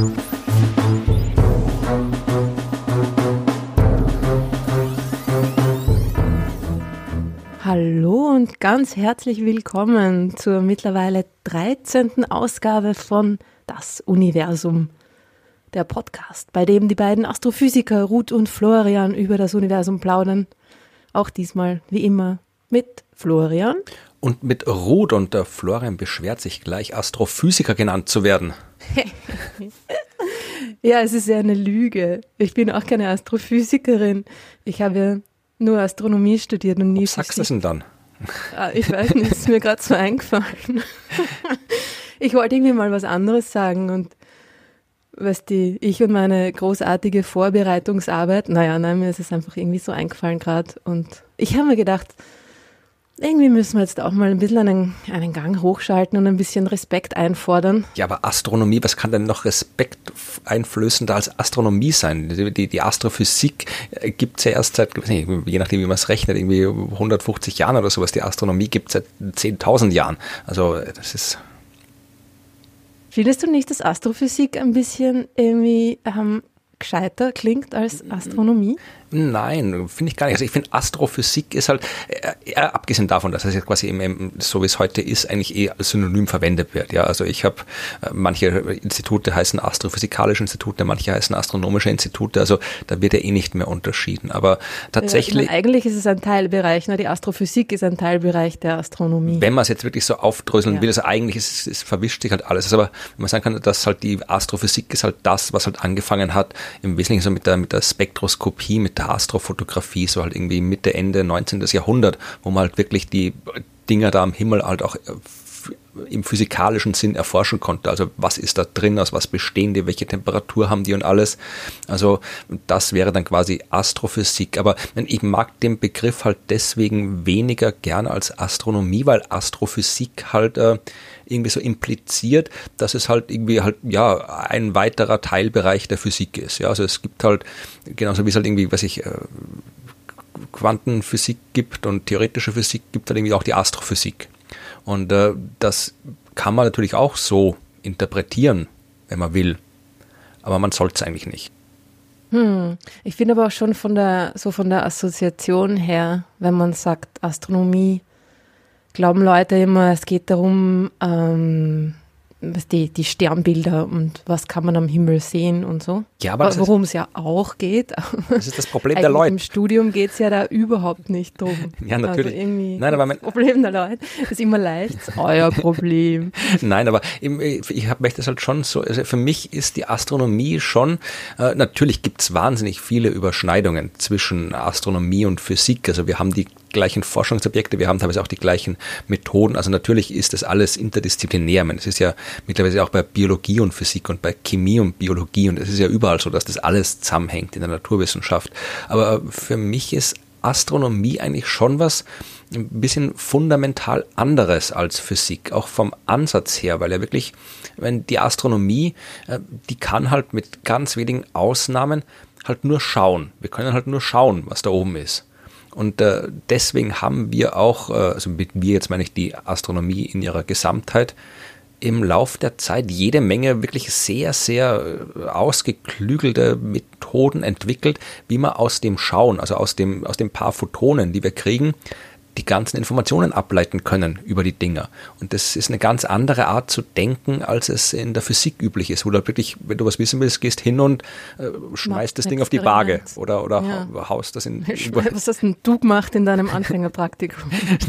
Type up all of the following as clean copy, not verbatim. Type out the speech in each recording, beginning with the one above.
Hallo und ganz herzlich willkommen zur mittlerweile 13. Ausgabe von Das Universum, der Podcast, bei dem die beiden Astrophysiker Ruth und Florian über das Universum plaudern. Auch diesmal, wie immer, mit Florian. Und mit Ruth, und der Florian beschwert sich gleich, Astrophysiker genannt zu werden. Ja, es ist ja eine Lüge. Ich bin auch keine Astrophysikerin. Ich habe nur Astronomie studiert und nie Was sagst du denn dann? Ich weiß nicht, ist mir gerade so eingefallen. Ich wollte irgendwie mal was anderes sagen und ich und meine großartige Vorbereitungsarbeit, mir ist es einfach irgendwie so eingefallen gerade und ich habe mir gedacht, irgendwie müssen wir jetzt auch mal ein bisschen einen Gang hochschalten und ein bisschen Respekt einfordern. Ja, aber Astronomie, was kann denn noch respekteinflößender als Astronomie sein? Die Astrophysik gibt es ja erst seit, je nachdem wie man es rechnet, irgendwie 150 Jahren oder sowas. Die Astronomie gibt es seit 10.000 Jahren. Also das ist... Findest du nicht, dass Astrophysik ein bisschen irgendwie gescheiter klingt als Astronomie? Nein, finde ich gar nicht. Also ich finde, Astrophysik ist halt, abgesehen davon, dass es jetzt quasi so wie es heute ist, eigentlich als Synonym verwendet wird. Ja, also ich habe, manche Institute heißen astrophysikalische Institute, manche heißen astronomische Institute, also da wird ja nicht mehr unterschieden. Aber tatsächlich... Ja, eigentlich ist es ein Teilbereich, ne? Die Astrophysik ist ein Teilbereich der Astronomie. Wenn man es jetzt wirklich so aufdröseln will, also eigentlich es verwischt sich halt alles. Also aber wenn man sagen kann, dass halt die Astrophysik ist halt das, was halt angefangen hat, im Wesentlichen so mit der Spektroskopie, mit der Astrofotografie, so halt irgendwie Mitte, Ende 19. Jahrhundert, wo man halt wirklich die Dinger da am Himmel halt auch im physikalischen Sinn erforschen konnte. Also was ist da drin, aus was bestehen die, welche Temperatur haben die und alles. Also das wäre dann quasi Astrophysik. Aber ich mag den Begriff halt deswegen weniger gerne als Astronomie, weil Astrophysik halt irgendwie so impliziert, dass es halt irgendwie halt, ja, ein weiterer Teilbereich der Physik ist. Ja, also es gibt halt, genauso wie es halt irgendwie, Quantenphysik gibt und theoretische Physik, gibt halt irgendwie auch die Astrophysik. Und das kann man natürlich auch so interpretieren, wenn man will. Aber man sollte es eigentlich nicht. Ich finde aber auch schon von der Assoziation her, wenn man sagt Astronomie, glauben Leute immer, es geht darum, die Sternbilder und was kann man am Himmel sehen und so. Ja, aber worum es ja auch geht. Das ist das Problem der Leute. Im Studium geht es ja da überhaupt nicht drum. Ja, natürlich. Also Nein, aber das Problem der Leute ist immer leicht, das ist euer Problem. Nein, aber ich möchte es halt schon so, also für mich ist die Astronomie schon, natürlich gibt es wahnsinnig viele Überschneidungen zwischen Astronomie und Physik. Also wir haben die gleichen Forschungsobjekte, wir haben teilweise auch die gleichen Methoden. Also natürlich ist das alles interdisziplinär. Es ist ja mittlerweile auch bei Biologie und Physik und bei Chemie und Biologie und es ist ja überall so, dass das alles zusammenhängt in der Naturwissenschaft. Aber für mich ist Astronomie eigentlich schon was ein bisschen fundamental anderes als Physik, auch vom Ansatz her, weil ja wirklich, wenn die Astronomie, die kann halt mit ganz wenigen Ausnahmen halt nur schauen. Wir können halt nur schauen, was da oben ist. Und deswegen haben wir auch, also mit wir jetzt meine ich die Astronomie in ihrer Gesamtheit, im Lauf der Zeit jede Menge wirklich sehr, sehr ausgeklügelte Methoden entwickelt, wie man aus dem Schauen, also aus dem paar Photonen, die wir kriegen, die ganzen Informationen ableiten können über die Dinger. Und das ist eine ganz andere Art zu denken, als es in der Physik üblich ist, wo du wirklich, wenn du was wissen willst, gehst hin und schmeißt das Ding auf die Waage oder haust das in... Was hast denn du gemacht in deinem Anfängerpraktikum?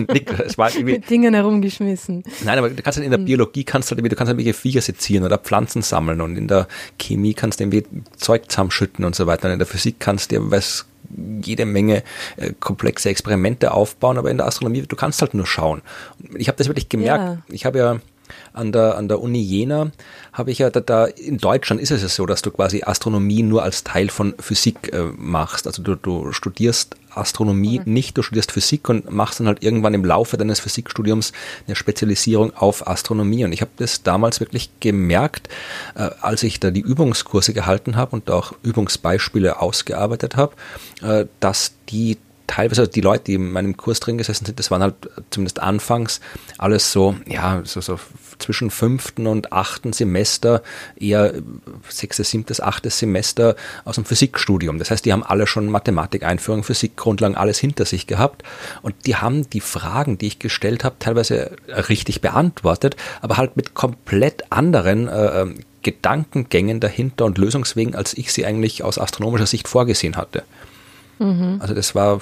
Es war mit Dingen herumgeschmissen. Nein, aber du kannst halt in der Biologie, du kannst halt irgendwelche Viecher sezieren oder Pflanzen sammeln und in der Chemie kannst du irgendwie Zeug zusammenschütten und so weiter. Und in der Physik kannst du jede Menge komplexe Experimente aufbauen, aber in der Astronomie, du kannst halt nur schauen. Ich habe das wirklich gemerkt. Ja. Ich habe ja an der Uni Jena, habe ich ja da in Deutschland ist es ja so, dass du quasi Astronomie nur als Teil von Physik machst. Also du studierst Astronomie nicht, du studierst Physik und machst dann halt irgendwann im Laufe deines Physikstudiums eine Spezialisierung auf Astronomie. Und ich habe das damals wirklich gemerkt, als ich da die Übungskurse gehalten habe und auch Übungsbeispiele ausgearbeitet habe, dass die teilweise die Leute, die in meinem Kurs drin gesessen sind, das waren halt zumindest anfangs alles so zwischen 5. und 8. Semester, eher 6., 7., 8. Semester aus dem Physikstudium. Das heißt, die haben alle schon Mathematik-Einführung, Physikgrundlagen, alles hinter sich gehabt und die haben die Fragen, die ich gestellt habe, teilweise richtig beantwortet, aber halt mit komplett anderen Gedankengängen dahinter und Lösungswegen, als ich sie eigentlich aus astronomischer Sicht vorgesehen hatte. Also das war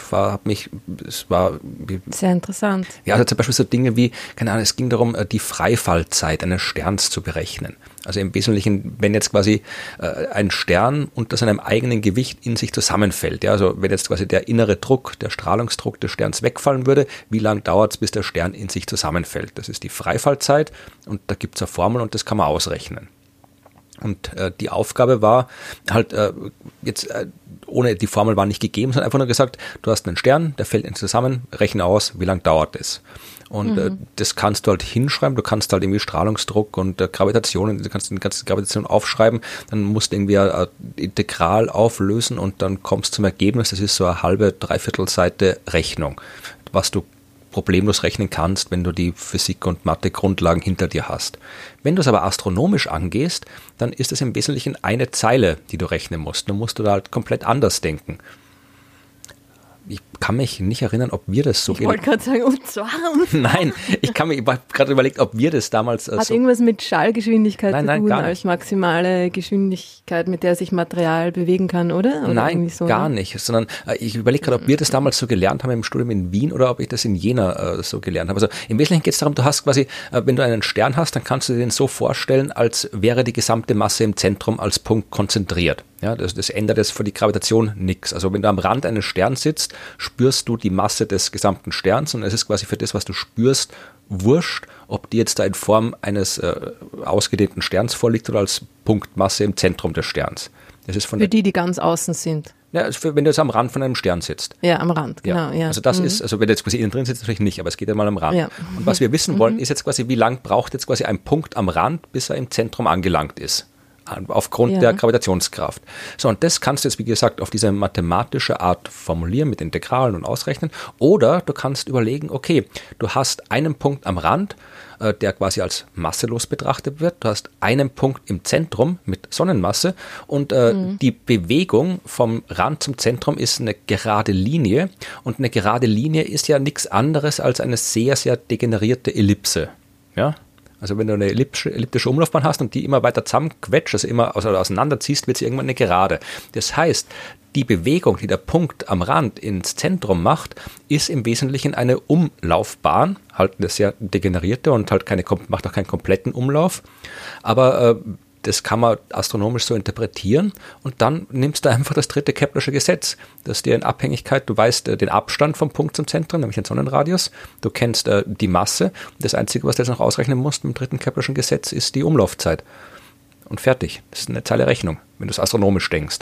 sehr interessant. Ja, also zum Beispiel so Dinge wie, keine Ahnung, es ging darum, die Freifallzeit eines Sterns zu berechnen. Also im Wesentlichen, wenn jetzt quasi ein Stern unter seinem eigenen Gewicht in sich zusammenfällt, ja, also wenn jetzt quasi der innere Druck, der Strahlungsdruck des Sterns wegfallen würde, wie lange dauert es, bis der Stern in sich zusammenfällt? Das ist die Freifallzeit und da gibt es eine Formel und das kann man ausrechnen. Und die Aufgabe war halt ohne die Formel war nicht gegeben, sondern einfach nur gesagt, du hast einen Stern, der fällt in zusammen, rechne aus, wie lange dauert es. Und das kannst du halt hinschreiben, du kannst halt irgendwie Strahlungsdruck und Gravitation, du kannst die ganze Gravitation aufschreiben, dann musst du irgendwie ein Integral auflösen und dann kommst du zum Ergebnis, das ist so eine halbe, dreiviertel Seite Rechnung, was du problemlos rechnen kannst, wenn du die Physik- und Mathe-Grundlagen hinter dir hast. Wenn du es aber astronomisch angehst, dann ist es im Wesentlichen eine Zeile, die du rechnen musst. Dann musst du da halt komplett anders denken. Ich kann mich nicht erinnern, ob wir das so... Ich wollte gerade sagen, und zwar... Nein, ich habe gerade überlegt, ob wir das damals... Hat irgendwas mit Schallgeschwindigkeit zu tun, gar nicht. Als maximale Geschwindigkeit, mit der sich Material bewegen kann, oder? Nein, so, gar nicht. Sondern ich überlege gerade, ob wir das damals so gelernt haben im Studium in Wien oder ob ich das in Jena so gelernt habe. Also im Wesentlichen geht es darum, du hast quasi, wenn du einen Stern hast, dann kannst du dir den so vorstellen, als wäre die gesamte Masse im Zentrum als Punkt konzentriert. Ja, das ändert jetzt für die Gravitation nichts. Also wenn du am Rand eines Sterns sitzt, spürst du die Masse des gesamten Sterns und es ist quasi für das, was du spürst, wurscht, ob die jetzt da in Form eines ausgedehnten Sterns vorliegt oder als Punktmasse im Zentrum des Sterns. Das ist für die ganz außen sind. Ja, wenn du jetzt am Rand von einem Stern sitzt. Ja, am Rand, genau. Ja. Also das ist, also wenn du jetzt quasi innen drin sitzt, natürlich nicht, aber es geht ja mal am Rand. Ja. Und was wir wissen wollen, ist jetzt quasi, wie lang braucht jetzt quasi ein Punkt am Rand, bis er im Zentrum angelangt ist. Aufgrund der Gravitationskraft. So, und das kannst du jetzt, wie gesagt, auf diese mathematische Art formulieren mit Integralen und ausrechnen. Oder du kannst überlegen, okay, du hast einen Punkt am Rand, der quasi als masselos betrachtet wird. Du hast einen Punkt im Zentrum mit Sonnenmasse und die Bewegung vom Rand zum Zentrum ist eine gerade Linie. Und eine gerade Linie ist ja nichts anderes als eine sehr, sehr degenerierte Ellipse. Ja? Also wenn du eine elliptische Umlaufbahn hast und die immer weiter zusammenquetscht, also immer auseinanderziehst, wird sie irgendwann eine Gerade. Das heißt, die Bewegung, die der Punkt am Rand ins Zentrum macht, ist im Wesentlichen eine Umlaufbahn, halt eine sehr degenerierte und halt macht auch keinen kompletten Umlauf. Aber das kann man astronomisch so interpretieren und dann nimmst du einfach das dritte Keplersche Gesetz, das dir in Abhängigkeit, du weißt den Abstand vom Punkt zum Zentrum, nämlich den Sonnenradius, du kennst die Masse, das Einzige, was du jetzt noch ausrechnen musst mit dem dritten Keplerschen Gesetz, ist die Umlaufzeit. Und fertig. Das ist eine Zeile Rechnung, wenn du es astronomisch denkst.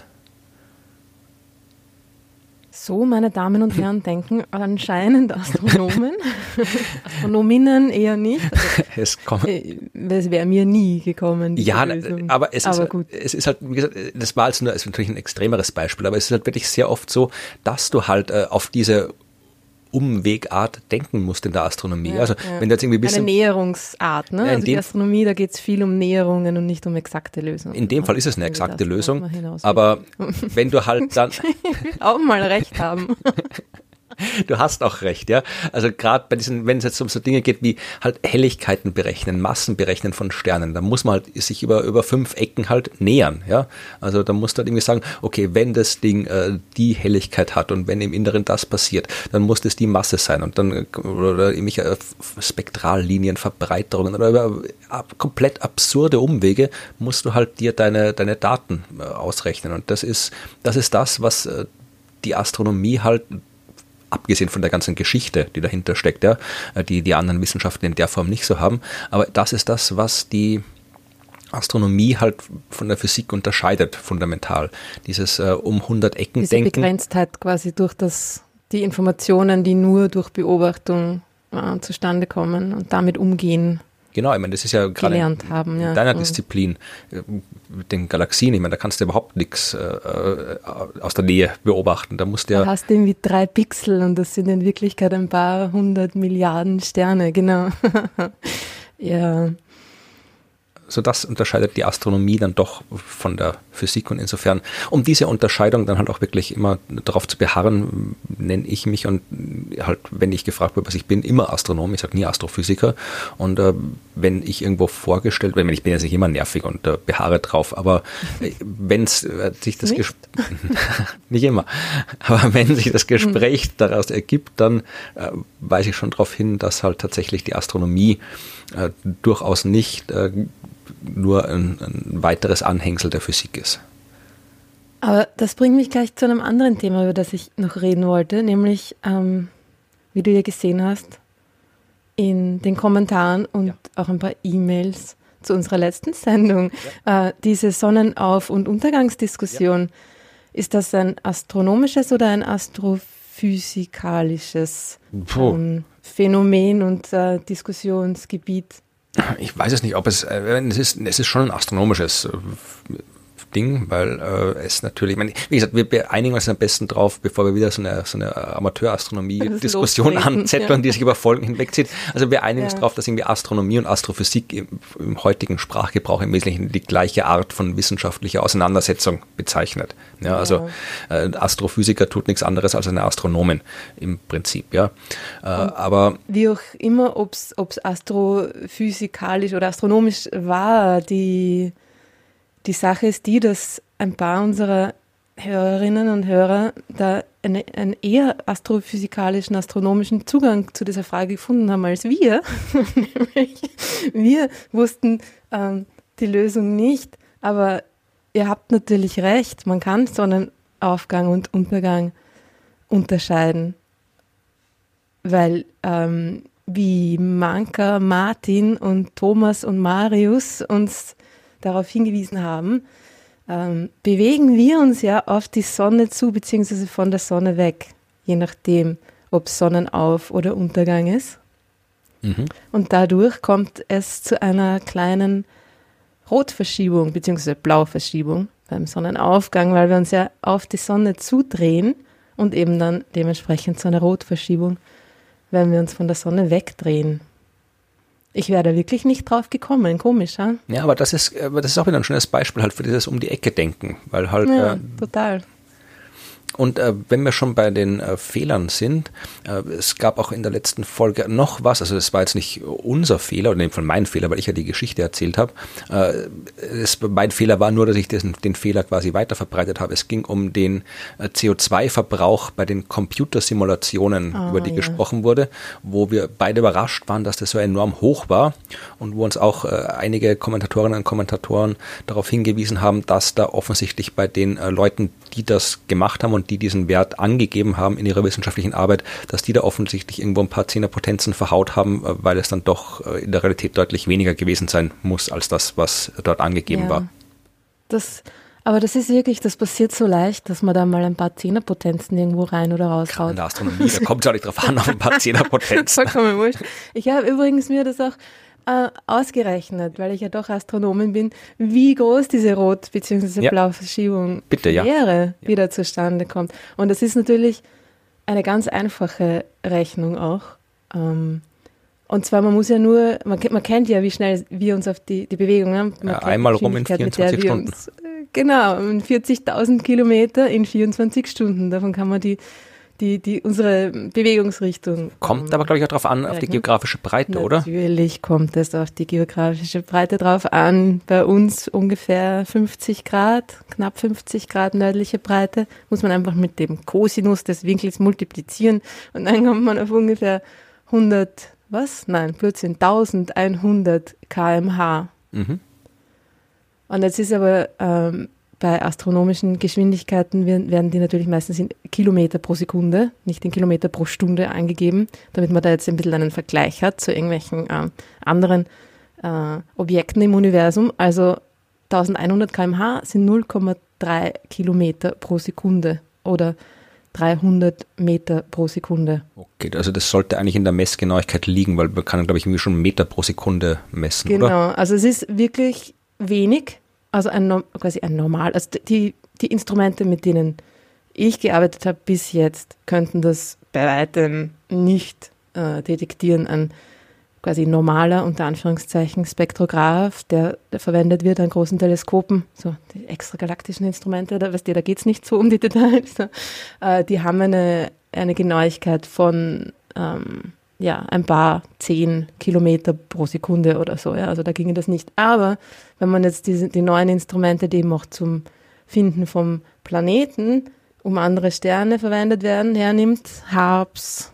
So, meine Damen und Herren, denken anscheinend Astronomen, Astronominnen eher nicht. Also, es wäre mir nie gekommen. Ja, Lösung. Aber es ist halt, wie gesagt, das war jetzt ist natürlich ein extremeres Beispiel, aber es ist halt wirklich sehr oft so, dass du halt auf diese Umwegart denken musst in der Astronomie. Ja, also wenn du jetzt irgendwie eine Näherungsart, ne? Ja, also die Astronomie, da geht es viel um Näherungen und nicht um exakte Lösungen. In dem Fall ist es eine exakte Lösung, aber wenn du halt dann... Ich will auch mal recht haben. Du hast auch recht, ja. Also gerade bei diesen, wenn es jetzt um so Dinge geht wie halt Helligkeiten berechnen, Massen berechnen von Sternen, da muss man halt sich über 5 Ecken halt nähern, ja. Also da musst du halt irgendwie sagen, okay, wenn das Ding die Helligkeit hat und wenn im Inneren das passiert, dann muss das die Masse sein und dann oder irgendwelche Spektrallinien, Verbreiterungen oder über komplett absurde Umwege musst du halt dir deine Daten ausrechnen und das ist das, was die Astronomie halt abgesehen von der ganzen Geschichte, die dahinter steckt, ja, die anderen Wissenschaften in der Form nicht so haben. Aber das ist das, was die Astronomie halt von der Physik unterscheidet, fundamental. Dieses um 100 Ecken Diese denken. Begrenztheit quasi durch die Informationen, die nur durch Beobachtung zustande kommen und damit umgehen. Genau, ich meine, das ist ja gerade gelernt haben. in deiner Disziplin, mit den Galaxien, ich meine, da kannst du überhaupt nichts aus der Nähe beobachten. Da musst du ja. Da hast du irgendwie 3 Pixel und das sind in Wirklichkeit ein paar 100 Milliarden Sterne, genau. Ja. So das unterscheidet die Astronomie dann doch von der Physik und insofern, um diese Unterscheidung dann halt auch wirklich immer darauf zu beharren, nenne ich mich und halt, wenn ich gefragt wird, was ich bin, immer Astronom, ich sage nie Astrophysiker und wenn ich irgendwo vorgestellt werde, ich bin jetzt nicht immer nervig und beharre drauf, aber wenn sich das nicht immer, aber wenn sich das Gespräch daraus ergibt, dann weise ich schon darauf hin, dass halt tatsächlich die Astronomie durchaus nicht nur ein weiteres Anhängsel der Physik ist. Aber das bringt mich gleich zu einem anderen Thema, über das ich noch reden wollte, nämlich, wie du ja gesehen hast, in den Kommentaren und auch ein paar E-Mails zu unserer letzten Sendung, diese Sonnenauf- und Untergangsdiskussion, ist das ein astronomisches oder ein astrophysikalisches Phänomen und Diskussionsgebiet? Ich weiß es nicht, ob es ist schon ein astronomisches Ding, weil es natürlich, wie gesagt, wir einigen uns am besten drauf, bevor wir wieder so eine Amateurastronomie-Diskussion anzetteln, die sich über Folgen hinwegzieht. Also wir einigen uns darauf, dass irgendwie Astronomie und Astrophysik im heutigen Sprachgebrauch im Wesentlichen die gleiche Art von wissenschaftlicher Auseinandersetzung bezeichnet. Ja, also Astrophysiker tut nichts anderes als eine Astronomin im Prinzip, ja. Aber wie auch immer, ob es astrophysikalisch oder astronomisch war, die Sache ist die, dass ein paar unserer Hörerinnen und Hörer da einen eher astrophysikalischen, astronomischen Zugang zu dieser Frage gefunden haben als wir. Nämlich, wir wussten die Lösung nicht, aber ihr habt natürlich recht, man kann Sonnenaufgang und Untergang unterscheiden, weil wie Manka, Martin und Thomas und Marius uns darauf hingewiesen haben, bewegen wir uns ja auf die Sonne zu, beziehungsweise von der Sonne weg, je nachdem, ob Sonnenauf- oder Untergang ist. Mhm. Und dadurch kommt es zu einer kleinen Rotverschiebung, beziehungsweise Blauverschiebung beim Sonnenaufgang, weil wir uns ja auf die Sonne zudrehen und eben dann dementsprechend zu einer Rotverschiebung, wenn wir uns von der Sonne wegdrehen. Ich wäre da wirklich nicht drauf gekommen, komisch, ha? Ja, aber das ist auch wieder ein schönes Beispiel halt für dieses Um-die-Ecke-Denken, weil halt. Ja, total. Und wenn wir schon bei den Fehlern sind, es gab auch in der letzten Folge noch was, also das war jetzt nicht unser Fehler, oder in dem Fall mein Fehler, weil ich ja die Geschichte erzählt habe. Mein Fehler war nur, dass ich den Fehler quasi weiter verbreitet habe. Es ging um den CO2-Verbrauch bei den Computersimulationen, über die gesprochen wurde, wo wir beide überrascht waren, dass das so enorm hoch war und wo uns auch einige Kommentatorinnen und Kommentatoren darauf hingewiesen haben, dass da offensichtlich bei den Leuten, die das gemacht haben und die diesen Wert angegeben haben in ihrer wissenschaftlichen Arbeit, dass die da offensichtlich irgendwo ein paar Zehnerpotenzen verhaut haben, weil es dann doch in der Realität deutlich weniger gewesen sein muss, als das, was dort angegeben war. Aber das ist wirklich, das passiert so leicht, dass man da mal ein paar Zehnerpotenzen irgendwo rein oder raushaut. Gerade in der Astronomie, da kommt es auch nicht drauf an, auf ein paar Zehnerpotenzen. Vollkommen wurscht. Ich habe übrigens mir das auch ausgerechnet, weil ich ja doch Astronomin bin, wie groß diese Rot- bzw. Blauverschiebung wäre, die da zustande kommt. Und das ist natürlich eine ganz einfache Rechnung auch. Und zwar, man muss ja nur, man kennt ja, wie schnell wir uns auf die Bewegung haben. Einmal rum in 24 Stunden. Genau, 40.000 Kilometer in 24 Stunden. Davon kann man unsere Bewegungsrichtung. Kommt aber, glaube ich, auch darauf an, auf die geografische Breite, oder? Natürlich kommt es auf die geografische Breite drauf an. Bei uns ungefähr 50 Grad, knapp 50 Grad nördliche Breite, muss man einfach mit dem Kosinus des Winkels multiplizieren und dann kommt man auf ungefähr 1100 km/h. Mhm. Und jetzt ist aber bei astronomischen Geschwindigkeiten werden die natürlich meistens in Kilometer pro Sekunde, nicht in Kilometer pro Stunde angegeben, damit man da jetzt ein bisschen einen Vergleich hat zu irgendwelchen anderen Objekten im Universum. Also 1100 km/h sind 0,3 Kilometer pro Sekunde oder 300 Meter pro Sekunde. Okay, also das sollte eigentlich in der Messgenauigkeit liegen, weil man kann, glaube ich, irgendwie schon Meter pro Sekunde messen, genau. oder? Genau, also es ist wirklich wenig, also quasi ein normal, also die Instrumente, mit denen ich gearbeitet habe bis jetzt, könnten das bei weitem nicht detektieren. Ein quasi normaler, unter Anführungszeichen, Spektrograph, der verwendet wird an großen Teleskopen, so die extragalaktischen Instrumente, da geht es nicht so um die Details. Die haben eine Genauigkeit von ein paar 10 Kilometer pro Sekunde oder so. Ja. Also da ginge das nicht. Aber wenn man jetzt die neuen Instrumente, die eben auch zum Finden vom Planeten um andere Sterne verwendet werden, hernimmt, HARPS,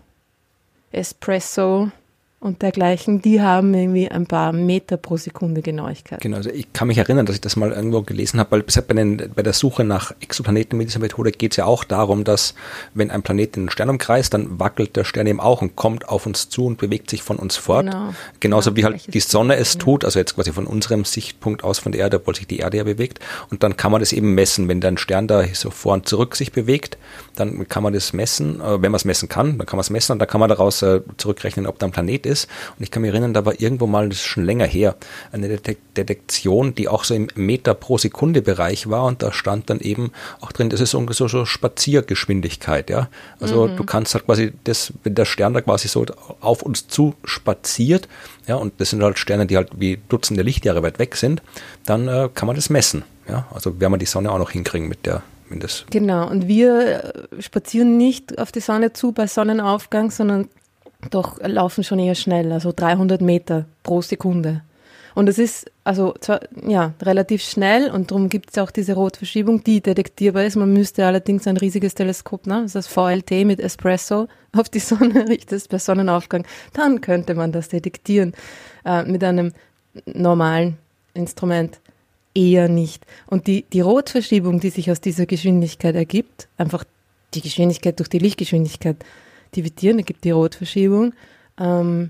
Espresso und dergleichen, die haben irgendwie ein paar Meter pro Sekunde Genauigkeit. Genau, also ich kann mich erinnern, dass ich das mal irgendwo gelesen habe, weil bei der Suche nach Exoplaneten mit dieser Methode geht es ja auch darum, dass wenn ein Planet den Stern umkreist, dann wackelt der Stern eben auch und kommt auf uns zu und bewegt sich von uns fort. Genau. Genauso wie halt die Sonne es tut, also jetzt quasi von unserem Sichtpunkt aus von der Erde, obwohl sich die Erde ja bewegt. Und dann kann man das eben messen, wenn der Stern da so vor und zurück sich bewegt, dann kann man das messen, wenn man es messen kann, dann kann man es messen und dann kann man daraus zurückrechnen, ob da ein Planet ist. Und ich kann mich erinnern, da war irgendwo mal, das ist schon länger her, eine Detektion, die auch so im Meter pro Sekunde Bereich war und da stand dann eben auch drin, das ist ungefähr so Spaziergeschwindigkeit, ja. Also du kannst halt quasi wenn der Stern da quasi so auf uns zu spaziert, ja, und das sind halt Sterne, die halt wie Dutzende Lichtjahre weit weg sind, dann kann man das messen, ja. Also werden wir die Sonne auch noch hinkriegen mit der Genau, und wir spazieren nicht auf die Sonne zu bei Sonnenaufgang, sondern doch laufen schon eher schnell, also 300 Meter pro Sekunde. Und das ist also zwar relativ schnell und darum gibt es auch diese Rotverschiebung, die detektierbar ist. Man müsste allerdings ein riesiges Teleskop, das VLT mit Espresso, auf die Sonne richtest bei Sonnenaufgang. Dann könnte man das detektieren. Mit einem normalen Instrument eher nicht. Und die Rotverschiebung, die sich aus dieser Geschwindigkeit ergibt, einfach die Geschwindigkeit durch die Lichtgeschwindigkeit dividieren, ergibt die Rotverschiebung. Und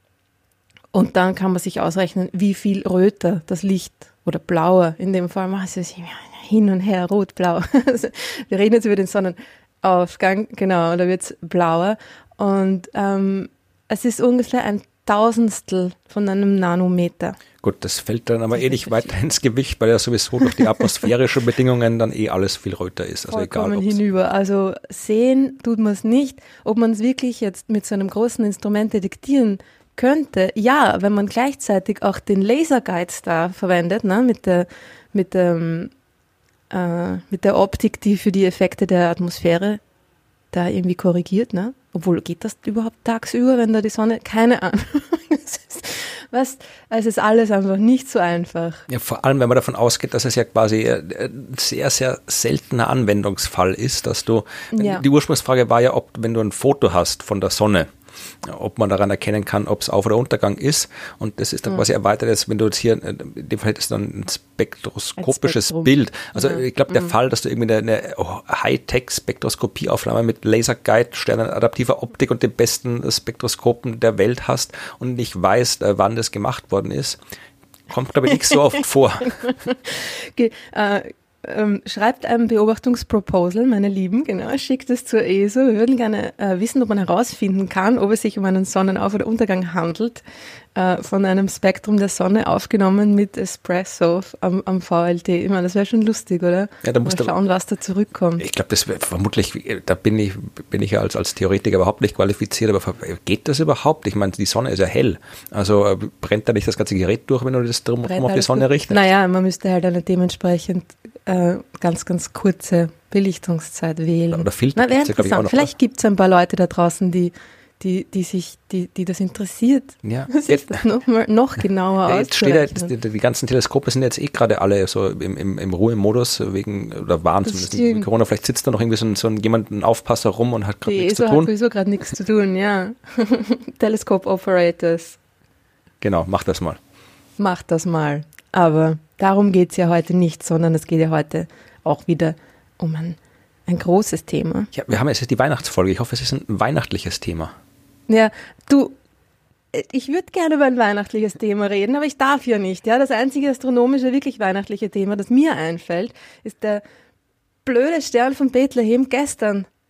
dann kann man sich ausrechnen, wie viel röter das Licht oder blauer in dem Fall macht. Also hin und her, rot, blau. Also wir reden jetzt über den Sonnenaufgang, genau, da wird es blauer. Und es ist ungefähr ein Tausendstel von einem Nanometer. Gut, das fällt dann aber nicht weiter ins Gewicht, weil ja sowieso durch die atmosphärischen Bedingungen dann alles viel röter ist. Also vollkommen egal, hinüber. Also sehen tut man es nicht. Ob man es wirklich jetzt mit so einem großen Instrument detektieren könnte, ja, wenn man gleichzeitig auch den Laserguide da verwendet, ne, mit der Optik, die für die Effekte der Atmosphäre da irgendwie korrigiert, ne? Obwohl, geht das überhaupt tagsüber, wenn da die Sonne, keine Ahnung. Es ist alles einfach nicht so einfach. Ja, vor allem, wenn man davon ausgeht, dass es ja quasi ein sehr, sehr seltener Anwendungsfall ist, dass du, die Ursprungsfrage war ja, ob, wenn du ein Foto hast von der Sonne, ob man daran erkennen kann, ob es Auf- oder Untergang ist. Und das ist dann quasi erweitert, als wenn du jetzt hier, in dem Fall hättest du dann ein spektroskopisches Bild. Also ich glaube, der Fall, dass du irgendwie eine Hightech-Spektroskopieaufnahme mit Laserguide, sternenadaptiver Optik und den besten Spektroskopen der Welt hast und nicht weißt, wann das gemacht worden ist, kommt, glaube ich, nicht so oft vor. Okay, schreibt ein Beobachtungsproposal, meine Lieben, genau, schickt es zur ESO. Wir würden gerne wissen, ob man herausfinden kann, ob es sich um einen Sonnenauf- oder Untergang handelt, von einem Spektrum der Sonne aufgenommen mit Espresso am VLT. Ich meine, das wäre schon lustig, oder? Ja, da musst mal schauen, was da zurückkommt. Ich glaube, das wäre vermutlich, da bin ich ja als Theoretiker überhaupt nicht qualifiziert, aber geht das überhaupt? Ich meine, die Sonne ist ja hell. Also brennt da nicht das ganze Gerät durch, wenn du das drum auf die Sonne richtest? Naja, man müsste halt eine dementsprechend ganz, ganz kurze Belichtungszeit wählen. Oder Filter. Wäre interessant. Vielleicht gibt es ein paar Leute da draußen, die das interessiert. Ja. Sich das noch genauer auszurechnen. Die ganzen Teleskope sind jetzt gerade alle so im Ruhemodus waren zumindest wegen Corona. Vielleicht sitzt da noch irgendwie so ein Aufpasser rum und hat gerade nichts zu tun. Die ESO hat sowieso gerade nichts zu tun, ja. Telescope Operators. Genau, mach das mal. Macht das mal. Aber darum geht es ja heute nicht, sondern es geht ja heute auch wieder um ein großes Thema. Ja, wir haben jetzt die Weihnachtsfolge. Ich hoffe, es ist ein weihnachtliches Thema. Ja, ich würde gerne über ein weihnachtliches Thema reden, aber ich darf ja nicht. Ja, das einzige astronomische, wirklich weihnachtliche Thema, das mir einfällt, ist der blöde Stern von Bethlehem gestern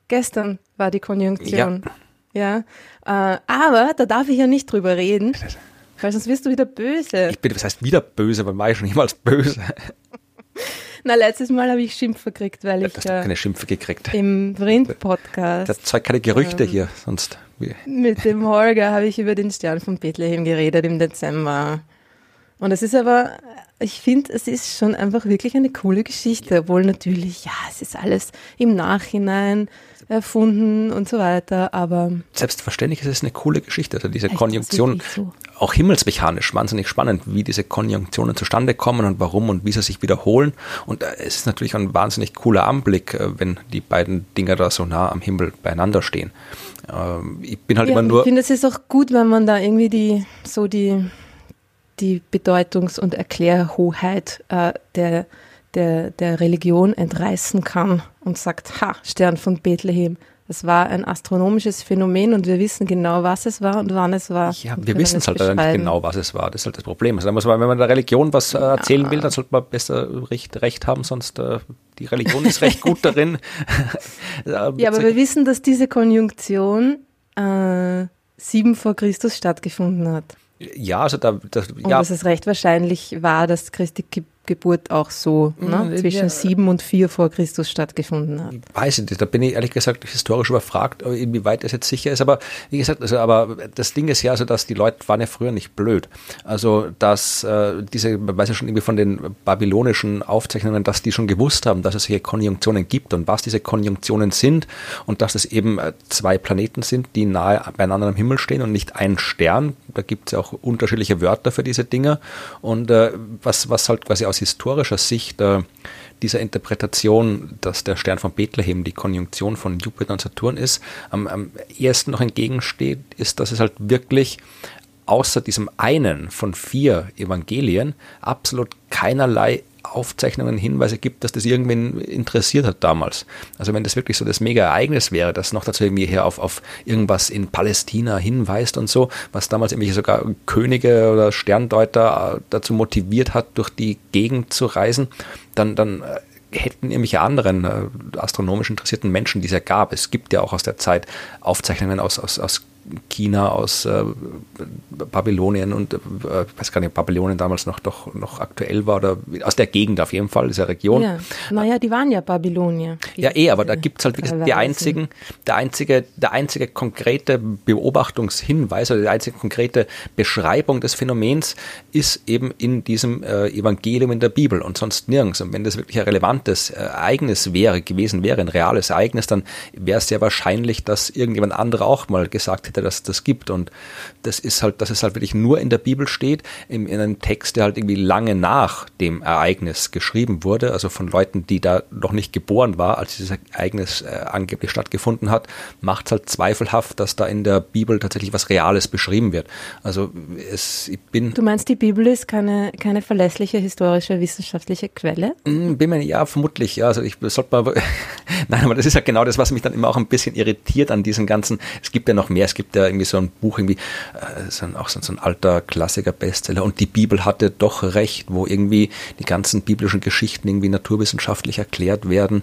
Gestern war die Konjunktion. Ja. Aber da darf ich ja nicht drüber reden, weil sonst wirst du wieder böse. Was heißt wieder böse? Weil war ich schon jemals böse. Na, letztes Mal habe ich Schimpfe gekriegt, weil ich keine Schimpfe gekriegt. Im Vrind-Podcast. Das zeigt keine Gerüchte hier, sonst. Mit dem Holger habe ich über den Stern von Bethlehem geredet im Dezember. Und es ist aber, ich finde, es ist schon einfach wirklich eine coole Geschichte, obwohl natürlich, ja, es ist alles im Nachhinein erfunden und so weiter, aber... Selbstverständlich ist es eine coole Geschichte, also diese Konjunktion, so. Auch himmelsmechanisch wahnsinnig spannend, wie diese Konjunktionen zustande kommen und warum und wie sie sich wiederholen. Und es ist natürlich ein wahnsinnig cooler Anblick, wenn die beiden Dinger da so nah am Himmel beieinander stehen. Ich bin halt immer nur... Ich finde, es ist auch gut, wenn man da irgendwie die Bedeutungs- und Erklärhoheit der Religion entreißen kann und sagt, Stern von Bethlehem. Es war ein astronomisches Phänomen und wir wissen genau, was es war und wann es war. Ja, wir wissen es halt nicht genau, was es war. Das ist halt das Problem. Also wenn man der Religion was erzählen will, dann sollte man besser recht haben, sonst die Religion ist recht gut darin. Ja, aber wir wissen, dass diese Konjunktion 7 vor Christus stattgefunden hat. Ja, also und dass es recht wahrscheinlich war, dass Christi Geburt auch so zwischen 7 und 4 vor Christus stattgefunden hat. Ich weiß nicht, da bin ich ehrlich gesagt historisch überfragt, inwieweit das jetzt sicher ist, aber wie gesagt, aber das Ding ist ja, also dass die Leute waren ja früher nicht blöd. Also dass man weiß ja schon irgendwie von den babylonischen Aufzeichnungen, dass die schon gewusst haben, dass es hier Konjunktionen gibt und was diese Konjunktionen sind und dass es eben 2 Planeten sind, die nahe beieinander am Himmel stehen und nicht ein Stern. Da gibt es ja auch unterschiedliche Wörter für diese Dinge und was halt quasi aus historischer Sicht dieser Interpretation, dass der Stern von Bethlehem die Konjunktion von Jupiter und Saturn ist, am ehesten noch entgegensteht, ist, dass es halt wirklich außer diesem einen von 4 Evangelien absolut keinerlei Aufzeichnungen, Hinweise gibt, dass das irgendwen interessiert hat damals. Also wenn das wirklich so das Mega-Ereignis wäre, das noch dazu irgendwie hier auf irgendwas in Palästina hinweist und so, was damals irgendwelche sogar Könige oder Sterndeuter dazu motiviert hat, durch die Gegend zu reisen, dann hätten irgendwelche anderen astronomisch interessierten Menschen, die es ja gab. Es gibt ja auch aus der Zeit Aufzeichnungen aus China, aus Babylonien und ich weiß gar nicht, ob Babylonien damals noch aktuell war oder aus der Gegend auf jeden Fall, dieser Region. Ja, naja, die waren ja Babylonier. Ja, aber da gibt es halt wirklich der einzige konkrete Beobachtungshinweis oder die einzige konkrete Beschreibung des Phänomens ist eben in diesem Evangelium in der Bibel und sonst nirgends. Und wenn das wirklich ein relevantes Ereignis gewesen wäre, ein reales Ereignis, dann wäre es sehr wahrscheinlich, dass irgendjemand anderer auch mal gesagt hätte, dass das gibt. Und dass es halt wirklich nur in der Bibel steht, in einem Text, der halt irgendwie lange nach dem Ereignis geschrieben wurde, also von Leuten, die da noch nicht geboren war, als dieses Ereignis angeblich stattgefunden hat, macht es halt zweifelhaft, dass da in der Bibel tatsächlich was Reales beschrieben wird. Also Du meinst, die Bibel ist keine verlässliche historische wissenschaftliche Quelle? Ja, vermutlich. Ja, also ich sollte mal. Nein, aber das ist ja genau das, was mich dann immer auch ein bisschen irritiert an diesen ganzen. Es gibt ja noch mehr. Es gibt ja irgendwie so ein Buch, irgendwie so ein alter Klassiker-Bestseller. Und die Bibel hatte doch recht, wo irgendwie die ganzen biblischen Geschichten irgendwie naturwissenschaftlich erklärt werden.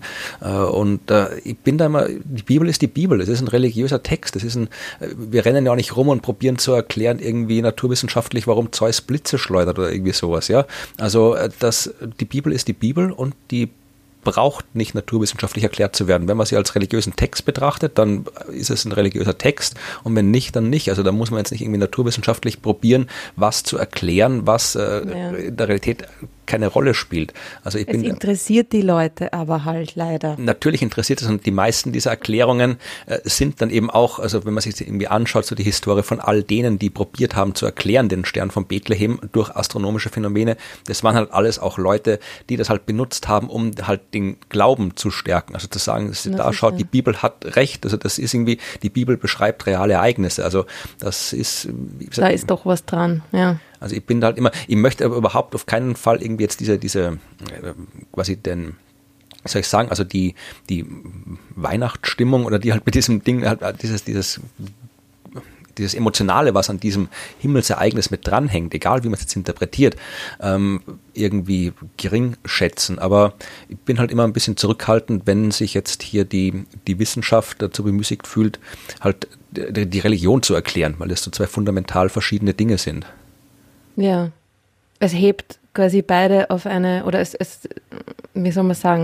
Ich bin da immer. Die Bibel ist die Bibel. Es ist ein religiöser Text. Wir rennen ja auch nicht rum und probieren zu erklären irgendwie naturwissenschaftlich, warum Zeus Blitze schleudert oder irgendwie sowas. Ja, also die Bibel ist die Bibel und die braucht nicht naturwissenschaftlich erklärt zu werden. Wenn man sie als religiösen Text betrachtet, dann ist es ein religiöser Text und wenn nicht, dann nicht. Also da muss man jetzt nicht irgendwie naturwissenschaftlich probieren, was zu erklären, was in der Realität keine Rolle spielt. Also es interessiert die Leute aber halt leider. Natürlich interessiert es und die meisten dieser Erklärungen sind dann eben auch, also wenn man sich irgendwie anschaut, so die Historie von all denen, die probiert haben zu erklären, den Stern von Bethlehem durch astronomische Phänomene, das waren halt alles auch Leute, die das halt benutzt haben, um halt den Glauben zu stärken. Also zu sagen, die Bibel hat recht, also das ist irgendwie, die Bibel beschreibt reale Ereignisse. Also das ist, wie gesagt, da ist doch was dran, ja. Also ich bin halt immer, ich möchte aber überhaupt auf keinen Fall irgendwie jetzt diese quasi den, wie soll ich sagen, also die diese Weihnachtsstimmung oder die halt mit diesem Ding halt diese dieses Emotionale, was an diesem Himmelsereignis mit dranhängt, egal wie man es jetzt interpretiert, irgendwie gering schätzen. Aber ich bin halt immer ein bisschen zurückhaltend, wenn sich jetzt hier die Wissenschaft dazu bemüßigt fühlt, halt die Religion zu erklären, weil das so zwei fundamental verschiedene Dinge sind. Ja, es hebt quasi beide auf eine, oder es wie soll man sagen,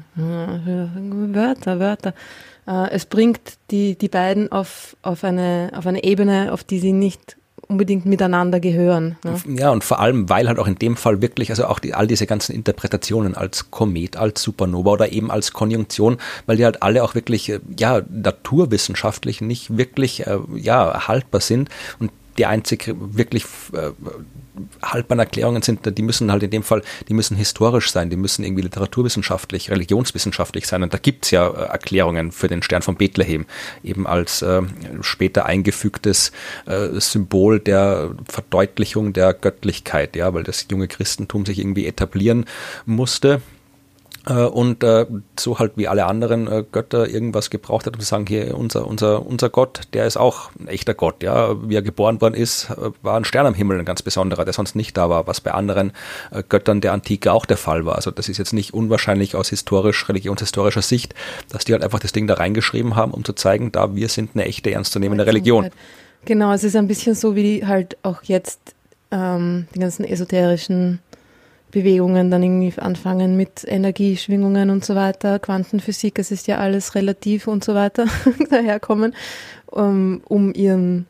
Wörter. Es bringt die beiden auf eine Ebene, auf die sie nicht unbedingt miteinander gehören. Ne? Ja, und vor allem, weil halt auch in dem Fall wirklich, also auch all diese ganzen Interpretationen als Komet, als Supernova oder eben als Konjunktion, weil die halt alle auch wirklich, naturwissenschaftlich nicht wirklich, haltbar sind und die einzig wirklich haltbaren Erklärungen sind, die müssen halt in dem Fall, die müssen historisch sein, die müssen irgendwie literaturwissenschaftlich, religionswissenschaftlich sein. Und da gibt's ja Erklärungen für den Stern von Bethlehem, eben als später eingefügtes Symbol der Verdeutlichung der Göttlichkeit, ja, weil das junge Christentum sich irgendwie etablieren musste. Und so halt wie alle anderen Götter irgendwas gebraucht hat, um zu sagen, hier unser Gott, der ist auch ein echter Gott, ja, wie er geboren worden ist, war ein Stern am Himmel, ein ganz besonderer, der sonst nicht da war, was bei anderen Göttern der Antike auch der Fall war. Also das ist jetzt nicht unwahrscheinlich aus religionshistorischer Sicht, dass die halt einfach das Ding da reingeschrieben haben, um zu zeigen, da wir sind eine echte, ernstzunehmende Religion. Genau, es ist ein bisschen so wie halt auch jetzt die ganzen esoterischen Bewegungen dann irgendwie anfangen mit Energieschwingungen und so weiter, Quantenphysik, es ist ja alles relativ und so weiter daherkommen, um ihrem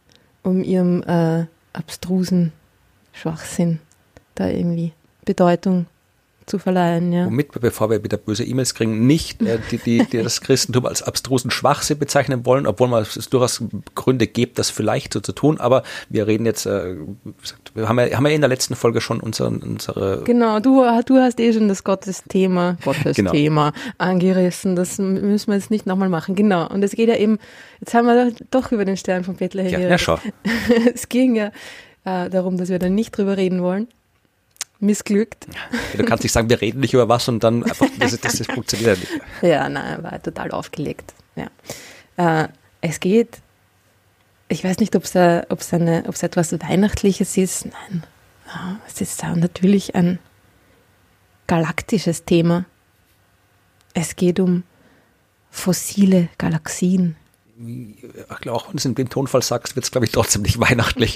abstrusen Schwachsinn da irgendwie Bedeutung zu verleihen. Ja. Womit wir, bevor wir wieder böse E-Mails kriegen, nicht die das Christentum als abstrusen Schwachsinn bezeichnen wollen, obwohl es durchaus Gründe gibt, das vielleicht so zu tun, aber wir reden jetzt, wir haben ja in der letzten Folge schon unsere... Genau, du hast schon das Gottesthema genau. Angerissen, das müssen wir jetzt nicht nochmal machen, genau, und es geht ja eben, jetzt haben wir doch über den Stern von Bethlehem geredet. Ja, schau. Es ging ja darum, dass wir da nicht drüber reden wollen. Missglückt. Du kannst nicht sagen, wir reden nicht über was und dann einfach, das funktioniert nicht. Ja, nein, war total aufgelegt. Ja. Es geht, ich weiß nicht, ob es etwas Weihnachtliches ist. Nein, es ist natürlich ein galaktisches Thema. Es geht um fossile Galaxien. Auch wenn du es in dem Tonfall sagst, wird es, glaube ich, trotzdem nicht weihnachtlich.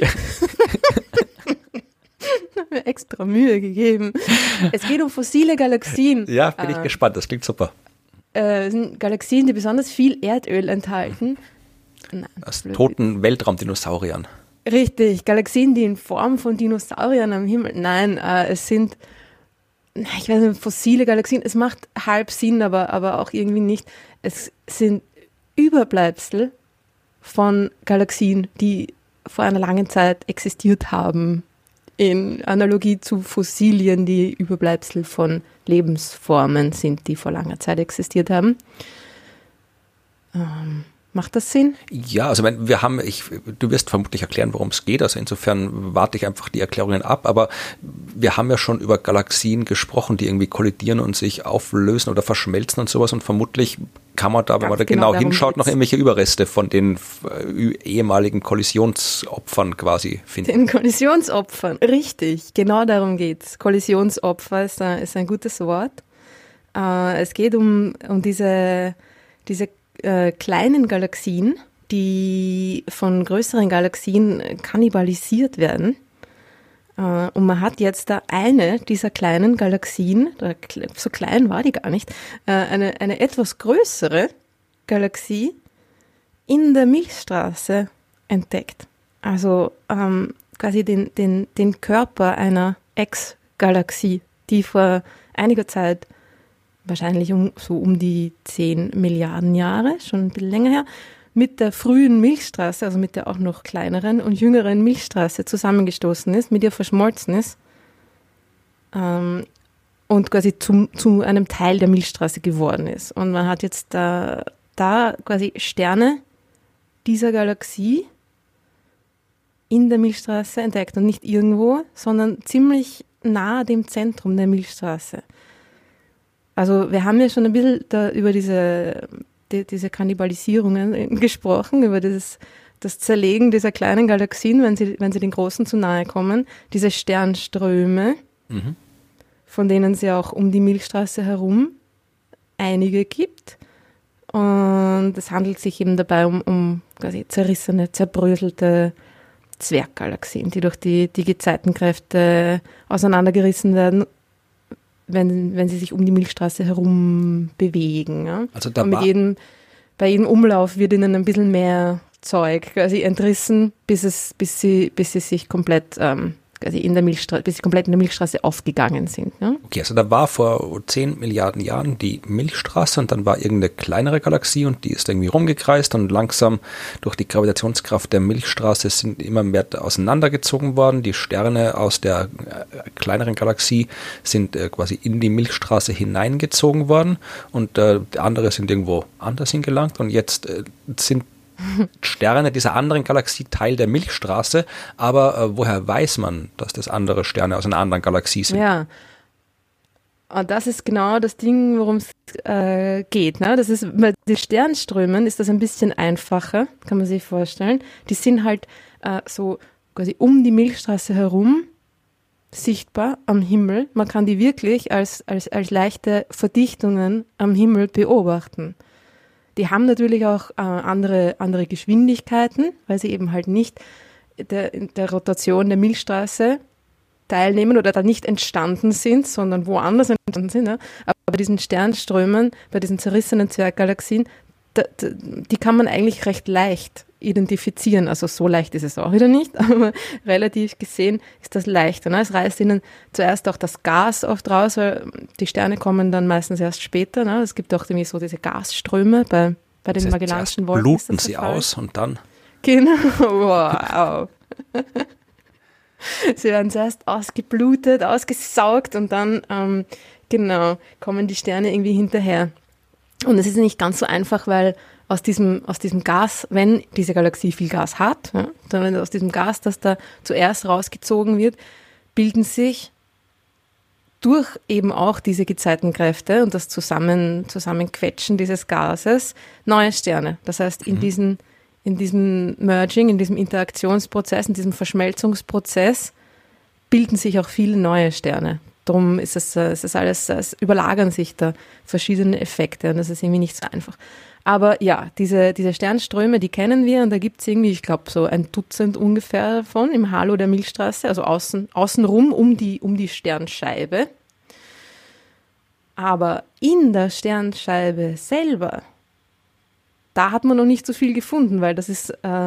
Mir extra Mühe gegeben. Es geht um fossile Galaxien. Ja, bin ich gespannt, das klingt super. Es sind Galaxien, die besonders viel Erdöl enthalten. Nein, aus toten Weltraumdinosauriern. Richtig, Galaxien, die in Form von Dinosauriern am Himmel. Nein, es sind, ich weiß nicht, fossile Galaxien. Es macht halb Sinn, aber auch irgendwie nicht. Es sind Überbleibsel von Galaxien, die vor einer langen Zeit existiert haben. In Analogie zu Fossilien, die Überbleibsel von Lebensformen sind, die vor langer Zeit existiert haben. Macht das Sinn? Ja, also du wirst vermutlich erklären, worum es geht, also insofern warte ich einfach die Erklärungen ab, aber wir haben ja schon über Galaxien gesprochen, die irgendwie kollidieren und sich auflösen oder verschmelzen und sowas und vermutlich kann man da, wenn man da genau hinschaut, noch irgendwelche Überreste von den ehemaligen Kollisionsopfern quasi finden. Den Kollisionsopfern, richtig, genau darum geht's. Kollisionsopfer ist ein gutes Wort. Es geht um diese kleinen Galaxien, die von größeren Galaxien kannibalisiert werden. Und man hat jetzt da eine dieser kleinen Galaxien, so klein war die gar nicht, eine etwas größere Galaxie in der Milchstraße entdeckt. Also quasi den Körper einer Ex-Galaxie, die vor einiger Zeit, wahrscheinlich um die 10 Milliarden Jahre, schon ein bisschen länger her, mit der frühen Milchstraße, also mit der auch noch kleineren und jüngeren Milchstraße zusammengestoßen ist, mit ihr verschmolzen ist und quasi zu einem Teil der Milchstraße geworden ist. Und man hat jetzt da quasi Sterne dieser Galaxie in der Milchstraße entdeckt und nicht irgendwo, sondern ziemlich nahe dem Zentrum der Milchstraße. Also wir haben ja schon ein bisschen über diese Kannibalisierungen gesprochen, über dieses das Zerlegen dieser kleinen Galaxien, wenn sie den großen zu nahe kommen, diese Sternströme, von denen es ja auch um die Milchstraße herum einige gibt. Und es handelt sich eben dabei um quasi zerrissene, zerbröselte Zwerggalaxien, die durch die Gezeitenkräfte auseinandergerissen werden, wenn sie sich um die Milchstraße herum bewegen. Ja? Also bei jedem Umlauf wird ihnen ein bisschen mehr Zeug quasi entrissen, bis sie sich komplett quasi bis sie komplett in der Milchstraße aufgegangen sind. Ja? Okay, also da war vor 10 Milliarden Jahren die Milchstraße und dann war irgendeine kleinere Galaxie und die ist irgendwie rumgekreist und langsam durch die Gravitationskraft der Milchstraße sind immer mehr auseinandergezogen worden. Die Sterne aus der kleineren Galaxie sind quasi in die Milchstraße hineingezogen worden und andere sind irgendwo anders hingelangt und jetzt sind Sterne dieser anderen Galaxie Teil der Milchstraße, aber woher weiß man, dass das andere Sterne aus einer anderen Galaxie sind? Ja, und das ist genau das Ding, worum es geht. Ne? Das ist, bei den Sternströmen ist das ein bisschen einfacher, kann man sich vorstellen. Die sind halt so quasi um die Milchstraße herum sichtbar am Himmel. Man kann die wirklich als leichte Verdichtungen am Himmel beobachten. Die haben natürlich auch andere Geschwindigkeiten, weil sie eben halt nicht der Rotation der Milchstraße teilnehmen oder da nicht entstanden sind, sondern woanders entstanden sind. Ja. Aber bei diesen Sternströmen, bei diesen zerrissenen Zwerggalaxien, die kann man eigentlich recht leicht identifizieren. Also so leicht ist es auch wieder nicht, aber relativ gesehen ist das leichter. Ne? Es reißt ihnen zuerst auch das Gas oft raus, weil die Sterne kommen dann meistens erst später. Ne? Es gibt auch irgendwie so diese Gasströme bei den Magellanischen Wolken. Bluten sie aus und dann? Genau, wow. Sie werden zuerst ausgeblutet, ausgesaugt und dann, kommen die Sterne irgendwie hinterher. Und es ist nicht ganz so einfach, weil aus diesem Gas, wenn diese Galaxie viel Gas hat, ja, dann aus diesem Gas, das da zuerst rausgezogen wird, bilden sich durch eben auch diese Gezeitenkräfte und das Zusammenquetschen dieses Gases neue Sterne. Das heißt, in diesem Merging, in diesem Interaktionsprozess, in diesem Verschmelzungsprozess bilden sich auch viele neue Sterne. Darum ist es alles, es überlagern sich da verschiedene Effekte und das ist irgendwie nicht so einfach. Aber ja, diese Sternströme, die kennen wir und da gibt es irgendwie, ich glaube, so ein Dutzend ungefähr davon im Halo der Milchstraße, also außenrum um die Sternscheibe. Aber in der Sternscheibe selber, da hat man noch nicht so viel gefunden, weil das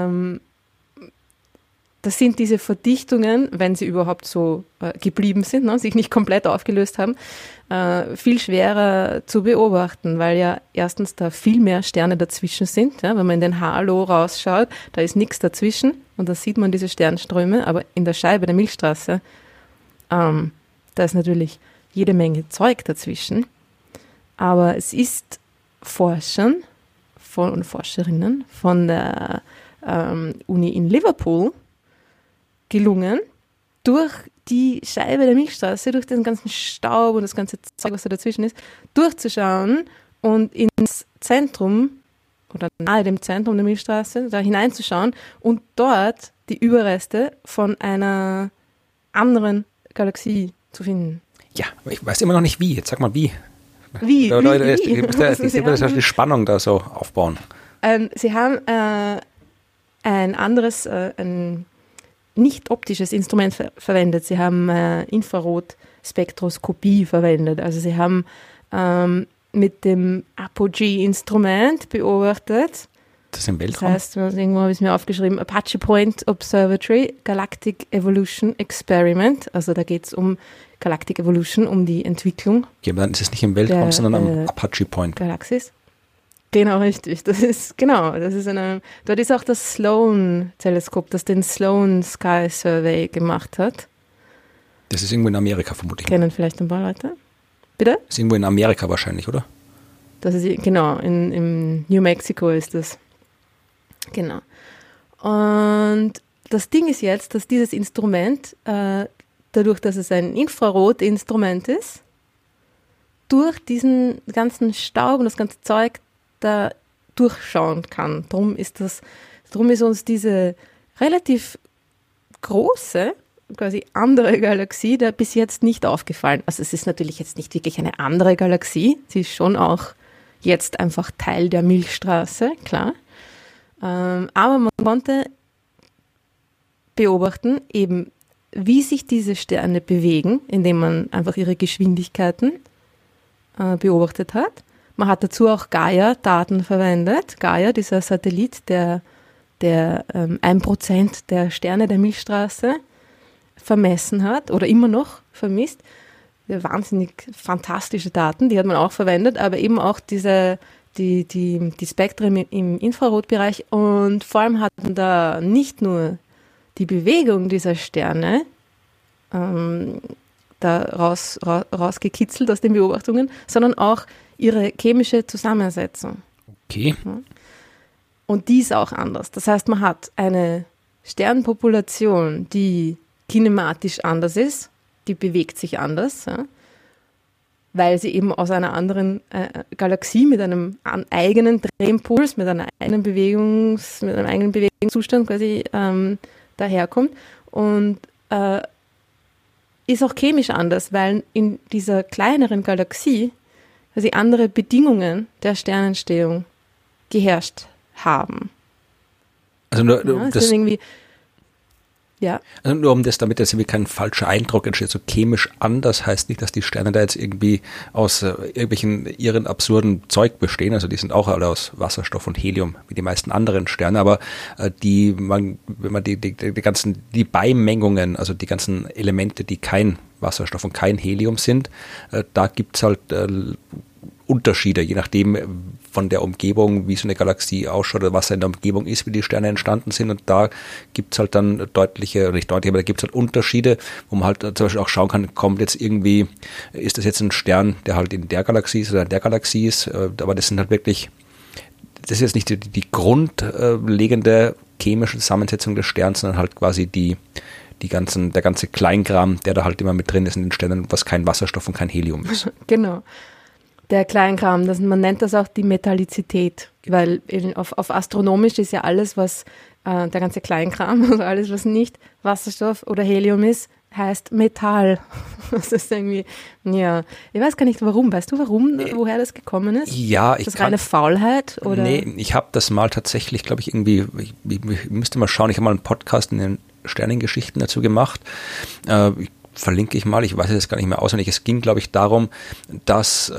sind diese Verdichtungen, wenn sie überhaupt so geblieben sind, ne, sich nicht komplett aufgelöst haben, viel schwerer zu beobachten, weil ja erstens da viel mehr Sterne dazwischen sind. Ja, wenn man in den Halo rausschaut, da ist nichts dazwischen und da sieht man diese Sternströme, aber in der Scheibe der Milchstraße, da ist natürlich jede Menge Zeug dazwischen. Aber es ist Forschern und Forscherinnen von der Uni in Liverpool gelungen, durch die Scheibe der Milchstraße, durch den ganzen Staub und das ganze Zeug, was da dazwischen ist, durchzuschauen und ins Zentrum oder nahe dem Zentrum der Milchstraße da hineinzuschauen und dort die Überreste von einer anderen Galaxie zu finden. Ja, aber ich weiß immer noch nicht wie. Jetzt sag mal wie. Wie? Ich muss die Spannung da so aufbauen. Sie haben ein anderes, ein nicht optisches Instrument verwendet. Sie haben Infrarotspektroskopie verwendet. Also sie haben mit dem Apogee-Instrument beobachtet. Das ist im Weltraum? Das heißt, irgendwo habe ich es mir aufgeschrieben, Apache Point Observatory Galactic Evolution Experiment. Also da geht es um Galactic Evolution, um die Entwicklung. Ja, aber dann ist es nicht im Weltraum, sondern am Apache Point. Galaxis. Genau, richtig. Dort ist auch das Sloan-Teleskop, das den Sloan Sky Survey gemacht hat. Das ist irgendwo in Amerika vermutlich. Kennen vielleicht ein paar Leute. Bitte? Das ist irgendwo in Amerika wahrscheinlich, oder? Das ist, genau, in New Mexico ist das. Genau. Und das Ding ist jetzt, dass dieses Instrument, dadurch, dass es ein Infrarotinstrument ist, durch diesen ganzen Staub und das ganze Zeug da durchschauen kann. Darum ist das Darum ist uns diese relativ große, quasi andere Galaxie da bis jetzt nicht aufgefallen. Also es ist natürlich jetzt nicht wirklich eine andere Galaxie, sie ist schon auch jetzt einfach Teil der Milchstraße, klar. Aber man konnte beobachten, eben wie sich diese Sterne bewegen, indem man einfach ihre Geschwindigkeiten beobachtet hat. Man hat dazu auch Gaia-Daten verwendet. Gaia, dieser Satellit, der 1% der Sterne der Milchstraße vermessen hat oder immer noch vermisst. Wahnsinnig fantastische Daten, die hat man auch verwendet, aber eben auch die Spektren im Infrarotbereich, und vor allem hat man da nicht nur die Bewegung dieser Sterne da rausgekitzelt aus den Beobachtungen, sondern auch ihre chemische Zusammensetzung. Okay. Und die ist auch anders. Das heißt, man hat eine Sternpopulation, die kinematisch anders ist, die bewegt sich anders, ja, weil sie eben aus einer anderen Galaxie mit einem eigenen Drehimpuls, mit einem eigenen Bewegungszustand quasi daherkommt, und ist auch chemisch anders, weil in dieser kleineren Galaxie quasi andere Bedingungen der Sternentstehung geherrscht haben. Also nur um das, damit jetzt irgendwie kein falscher Eindruck entsteht, so chemisch anders heißt nicht, dass die Sterne da jetzt irgendwie aus irgendwelchen irren, absurden Zeug bestehen, also die sind auch alle aus Wasserstoff und Helium, wie die meisten anderen Sterne, aber wenn man die Beimengungen, also die ganzen Elemente, die kein Wasserstoff und kein Helium sind, da gibt's halt Unterschiede, je nachdem von der Umgebung, wie so eine Galaxie ausschaut oder was in der Umgebung ist, wie die Sterne entstanden sind, und da gibt's halt dann da gibt's halt Unterschiede, wo man halt zum Beispiel auch schauen kann, ist das jetzt ein Stern, der halt in der Galaxie ist oder in der Galaxie ist, aber das sind halt wirklich, das ist jetzt nicht die grundlegende chemische Zusammensetzung des Sterns, sondern halt quasi der ganze Kleinkram, der da halt immer mit drin ist in den Sternen, was kein Wasserstoff und kein Helium ist. Genau. Der Kleinkram, man nennt das auch die Metallizität, weil auf astronomisch ist ja alles, was der ganze Kleinkram, also alles, was nicht Wasserstoff oder Helium ist, heißt Metall. Das ist irgendwie, ja, ich weiß gar nicht warum. Weißt du woher das gekommen ist? Ja, ist das reine Faulheit? Oder? Nee, ich habe das mal tatsächlich, glaube ich, irgendwie, ich müsste mal schauen, ich habe mal einen Podcast in den Sternengeschichten dazu gemacht. Verlinke ich mal, ich weiß es gar nicht mehr auswendig. Es ging, glaube ich, darum, dass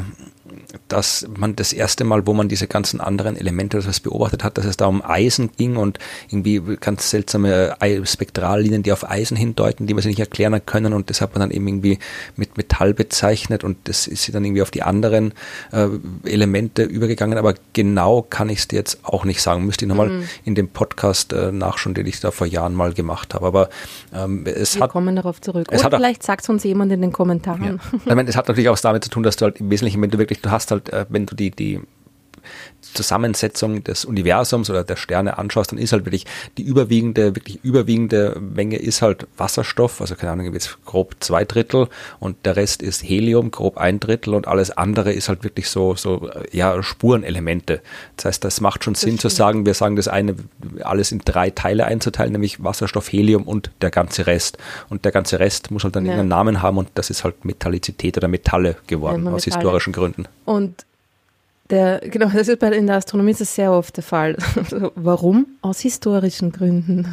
man das erste Mal, wo man diese ganzen anderen Elemente beobachtet hat, dass es da um Eisen ging und irgendwie ganz seltsame Spektrallinien, die auf Eisen hindeuten, die man sich nicht erklären können, und das hat man dann eben irgendwie mit Metall bezeichnet, und das ist dann irgendwie auf die anderen Elemente übergegangen, aber genau kann ich es dir jetzt auch nicht sagen. Müsste ich nochmal in dem Podcast nachschauen, den ich da vor Jahren mal gemacht habe, aber wir kommen darauf zurück. Oder vielleicht sagt es uns jemand in den Kommentaren. Ja. Ich meine, es hat natürlich auch damit zu tun, dass du halt im Wesentlichen, wenn du die Zusammensetzung des Universums oder der Sterne anschaust, dann ist halt wirklich wirklich überwiegende Menge ist halt Wasserstoff, also keine Ahnung, jetzt grob 2/3, und der Rest ist Helium, grob 1/3, und alles andere ist halt wirklich so Spurenelemente. Das heißt, das macht schon Sinn zu sagen, wir sagen das eine, alles in 3 Teile einzuteilen, nämlich Wasserstoff, Helium und der ganze Rest. Und der ganze Rest muss halt dann irgendeinen Namen haben, und das ist halt Metallizität oder Metalle geworden, aus historischen Gründen. Und das ist in der Astronomie ist das sehr oft der Fall. Warum? Aus historischen Gründen.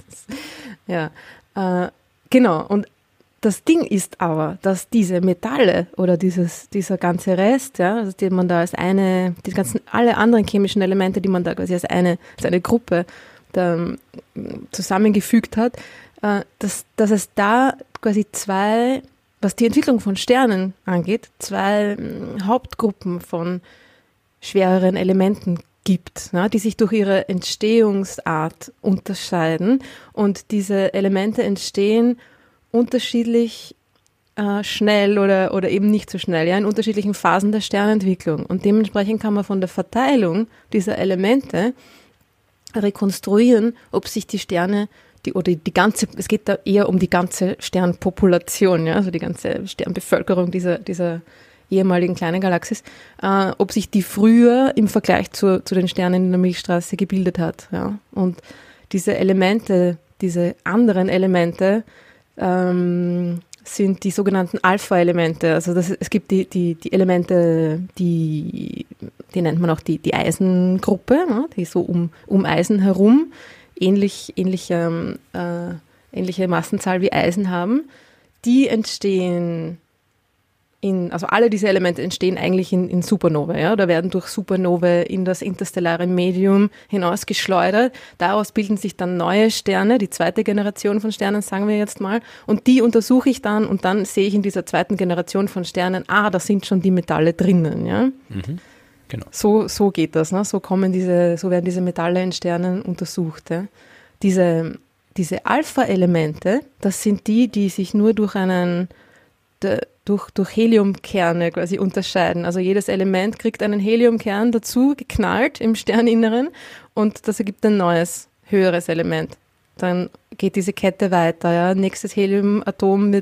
Genau. Und das Ding ist aber, dass diese Metalle oder dieser ganze Rest, ja, also die man da alle anderen chemischen Elemente, die man da quasi als eine Gruppe da zusammengefügt hat, dass es da quasi was die Entwicklung von Sternen angeht, 2 Hauptgruppen von schwereren Elementen gibt, die sich durch ihre Entstehungsart unterscheiden, und diese Elemente entstehen unterschiedlich schnell oder eben nicht so schnell, in unterschiedlichen Phasen der Sternentwicklung, und dementsprechend kann man von der Verteilung dieser Elemente rekonstruieren, ob sich die Sterne es geht da eher um die ganze Sternpopulation, also die ganze Sternbevölkerung dieser ehemaligen kleinen Galaxis, ob sich die früher im Vergleich zu den Sternen in der Milchstraße gebildet hat. Ja? Und diese Elemente, diese anderen Elemente, sind die sogenannten Alpha-Elemente. Also es gibt die Elemente, die nennt man auch die Eisengruppe, ne? Die so um Eisen herum ähnliche Massenzahl wie Eisen haben. Die entstehen also alle diese Elemente entstehen eigentlich in Supernovae, ja, oder werden durch Supernovae in das interstellare Medium hinausgeschleudert. Daraus bilden sich dann neue Sterne, die zweite Generation von Sternen, sagen wir jetzt mal, und die untersuche ich dann und dann sehe ich in dieser zweiten Generation von Sternen, da sind schon die Metalle drinnen, ja. Mhm. Genau. So geht das, ne? So werden diese Metalle in Sternen untersucht, ja. Diese Alpha-Elemente, das sind die sich nur durch durch Heliumkerne quasi unterscheiden. Also jedes Element kriegt einen Heliumkern dazu geknallt im Sterninneren und das ergibt ein neues, höheres Element. Dann geht diese Kette weiter. Ja. Nächstes Heliumatom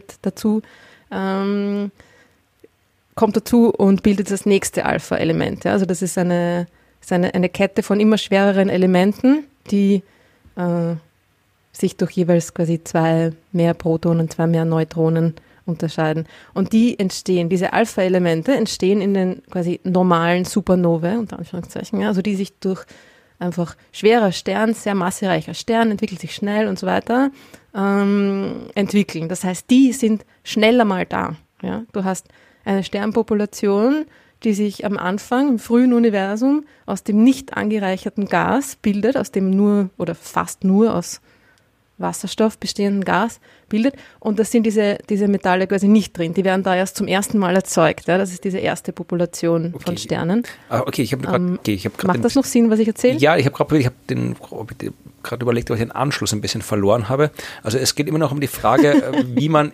kommt dazu und bildet das nächste Alpha-Element. Ja. Also das ist eine Kette von immer schwereren Elementen, die sich durch jeweils quasi 2 mehr Protonen, 2 mehr Neutronen unterscheiden. Und diese Alpha-Elemente entstehen in den quasi normalen Supernovae, unter Anführungszeichen, ja, also die sich durch einfach schwerer Stern, sehr massereicher Stern, entwickelt sich schnell und so weiter, entwickeln. Das heißt, die sind schneller mal da. Ja? Du hast eine Sternpopulation, die sich am Anfang im frühen Universum aus dem nicht angereicherten Gas bildet, aus dem nur oder fast nur aus Wasserstoff bestehenden Gas bildet und das sind diese Metalle quasi nicht drin. Die werden da erst zum ersten Mal erzeugt. Ja? Das ist diese erste Population von Sternen. Macht das noch Sinn, was ich erzähle? Ja, ich habe gerade überlegt, ob ich den Anschluss ein bisschen verloren habe. Also es geht immer noch um die Frage, wie man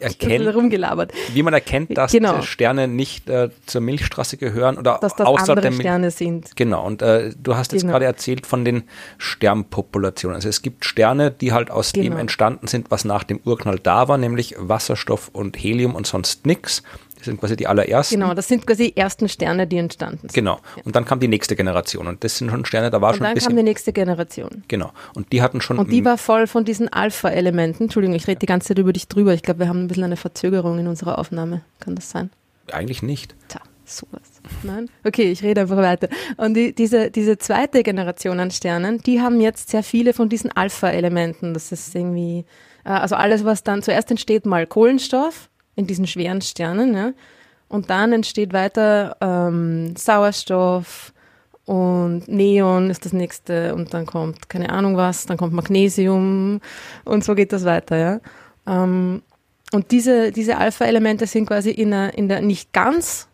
erkennt, dass diese Sterne nicht zur Milchstraße gehören oder dass das andere Sterne sind. Genau, und du hast jetzt gerade erzählt von den Sternpopulationen. Also es gibt Sterne, die halt aus dem entstanden sind, was nach dem Urknall da war, nämlich Wasserstoff und Helium und sonst nichts. Das sind quasi die allerersten. Genau, das sind quasi die ersten Sterne, die entstanden sind. Genau, und dann kam die nächste Generation und das sind schon Sterne, da war schon ein bisschen... Und dann kam die nächste Generation. Genau, und die hatten schon... Und die war voll von diesen Alpha-Elementen. Entschuldigung, ich rede die ganze Zeit über dich drüber. Ich glaube, wir haben ein bisschen eine Verzögerung in unserer Aufnahme. Kann das sein? Eigentlich nicht. Tja, sowas. Nein? Okay, ich rede einfach weiter. Und diese zweite Generation an Sternen, die haben jetzt sehr viele von diesen Alpha-Elementen. Das ist irgendwie... Also alles, was dann zuerst entsteht, mal Kohlenstoff in diesen schweren Sternen, ja, und dann entsteht weiter Sauerstoff und Neon ist das nächste und dann kommt keine Ahnung was, dann kommt Magnesium und so geht das weiter, ja. Und diese Alpha-Elemente sind quasi in der nicht ganz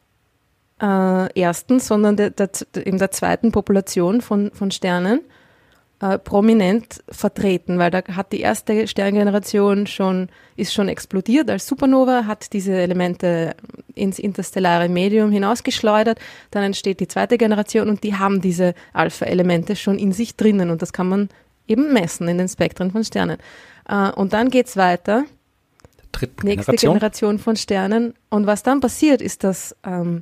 ersten, sondern in der zweiten Population von Sternen prominent vertreten, weil da hat die erste Sterngeneration ist schon explodiert als Supernova, hat diese Elemente ins interstellare Medium hinausgeschleudert, dann entsteht die zweite Generation und die haben diese Alpha-Elemente schon in sich drinnen und das kann man eben messen in den Spektren von Sternen. Und dann geht's weiter, nächste Generation von Sternen und was dann passiert ist, dass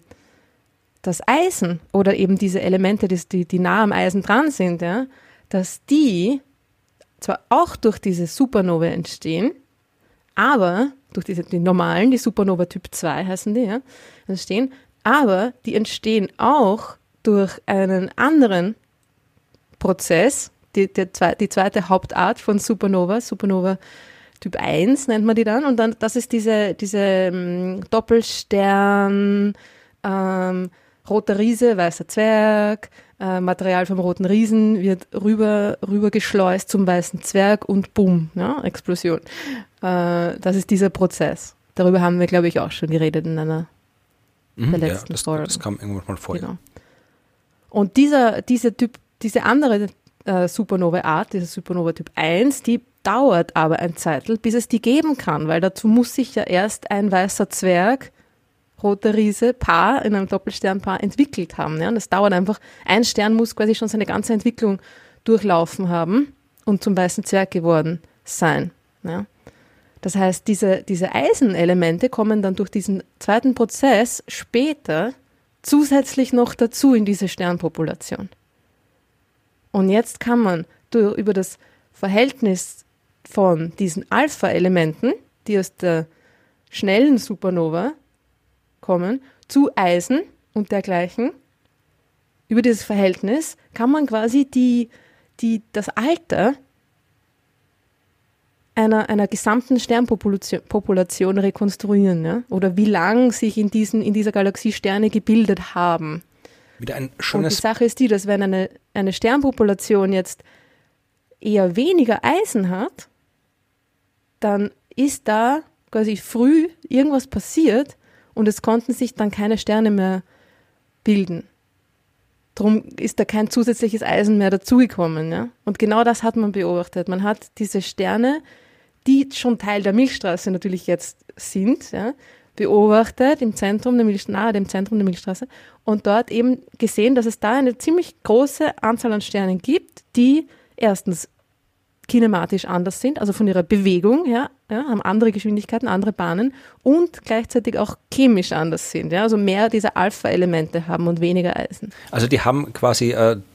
das Eisen oder eben diese Elemente, die nah am Eisen dran sind, ja, dass die zwar auch durch diese Supernovae entstehen, aber durch die normalen, die Supernova Typ 2 heißen die, ja, entstehen, aber die entstehen auch durch einen anderen Prozess, die zweite Hauptart von Supernova Typ 1 nennt man die dann, und dann, das ist diese Doppelstern, roter Riese, weißer Zwerg, Material vom roten Riesen wird rübergeschleust zum weißen Zwerg und bumm, ja, Explosion. Das ist dieser Prozess. Darüber haben wir, glaube ich, auch schon geredet in einer der letzten Folgen. Das kam irgendwann mal vor. Genau. Und diese andere Supernova-Art, diese Supernova Typ 1, die dauert aber ein Zeitl, bis es die geben kann, weil dazu muss sich ja erst ein weißer Zwerg, roter Riese, Paar in einem Doppelsternpaar entwickelt haben. Ja? Und das dauert einfach, ein Stern muss quasi schon seine ganze Entwicklung durchlaufen haben und zum weißen Zwerg geworden sein. Ja? Das heißt, diese Eisenelemente kommen dann durch diesen zweiten Prozess später zusätzlich noch dazu in diese Sternpopulation. Und jetzt kann man über das Verhältnis von diesen Alpha-Elementen, die aus der schnellen Supernova kommen, zu Eisen und dergleichen, über dieses Verhältnis kann man quasi das Alter einer gesamten Sternpopulation rekonstruieren, ja? Oder wie lang sich in dieser Galaxie Sterne gebildet haben. Wieder ein schönes. Und die Sache ist die, dass wenn eine Sternpopulation jetzt eher weniger Eisen hat, dann ist da quasi früh irgendwas passiert und es konnten sich dann keine Sterne mehr bilden. Darum ist da kein zusätzliches Eisen mehr dazugekommen. Ja? Und genau das hat man beobachtet. Man hat diese Sterne, die schon Teil der Milchstraße natürlich jetzt sind, ja, beobachtet nahe dem Zentrum der Milchstraße und dort eben gesehen, dass es da eine ziemlich große Anzahl an Sternen gibt, die erstens kinematisch anders sind, also von ihrer Bewegung her, ja, haben andere Geschwindigkeiten, andere Bahnen und gleichzeitig auch chemisch anders sind, ja, also mehr dieser Alpha-Elemente haben und weniger Eisen. Also die haben quasi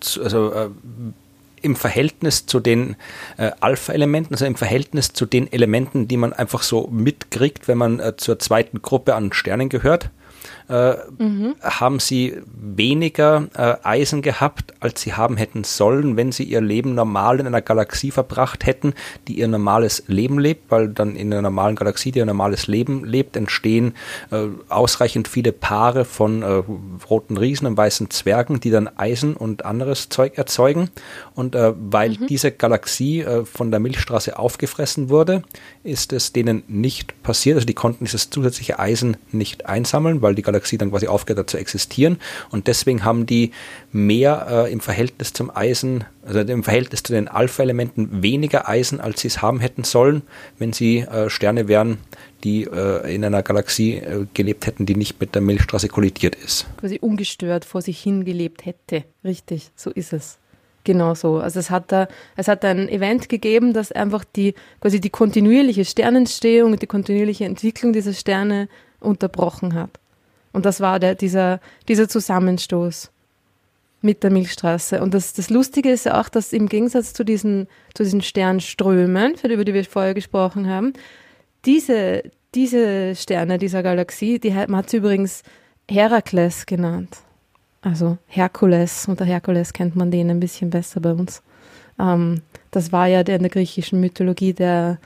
im Verhältnis zu den Alpha-Elementen, also im Verhältnis zu den Elementen, die man einfach so mitkriegt, wenn man zur zweiten Gruppe an Sternen gehört, haben sie weniger Eisen gehabt, als sie haben hätten sollen, wenn sie ihr Leben normal in einer Galaxie verbracht hätten, die ihr normales Leben lebt, weil dann in einer normalen Galaxie, die ihr normales Leben lebt, entstehen ausreichend viele Paare von roten Riesen und weißen Zwergen, die dann Eisen und anderes Zeug erzeugen. Und weil diese Galaxie von der Milchstraße aufgefressen wurde, ist es denen nicht passiert. Also die konnten dieses zusätzliche Eisen nicht einsammeln, weil die Galaxie dann quasi aufgehört hat zu existieren. Und deswegen haben die mehr im Verhältnis zum Eisen, also im Verhältnis zu den Alpha-Elementen weniger Eisen, als sie es haben hätten sollen, wenn sie Sterne wären, die in einer Galaxie gelebt hätten, die nicht mit der Milchstraße kollidiert ist. Quasi ungestört vor sich hin gelebt hätte. Richtig, so ist es. Genau so. Also es hat ein Event gegeben, das einfach quasi die kontinuierliche Sternentstehung und die kontinuierliche Entwicklung dieser Sterne unterbrochen hat. Und das war dieser Zusammenstoß mit der Milchstraße. Und das Lustige ist ja auch, dass im Gegensatz zu diesen Sternströmen, über die wir vorher gesprochen haben, diese Sterne dieser Galaxie, man hat sie übrigens Herakles genannt. Also Herkules, unter Herkules kennt man den ein bisschen besser bei uns. Das war ja in der griechischen Mythologie der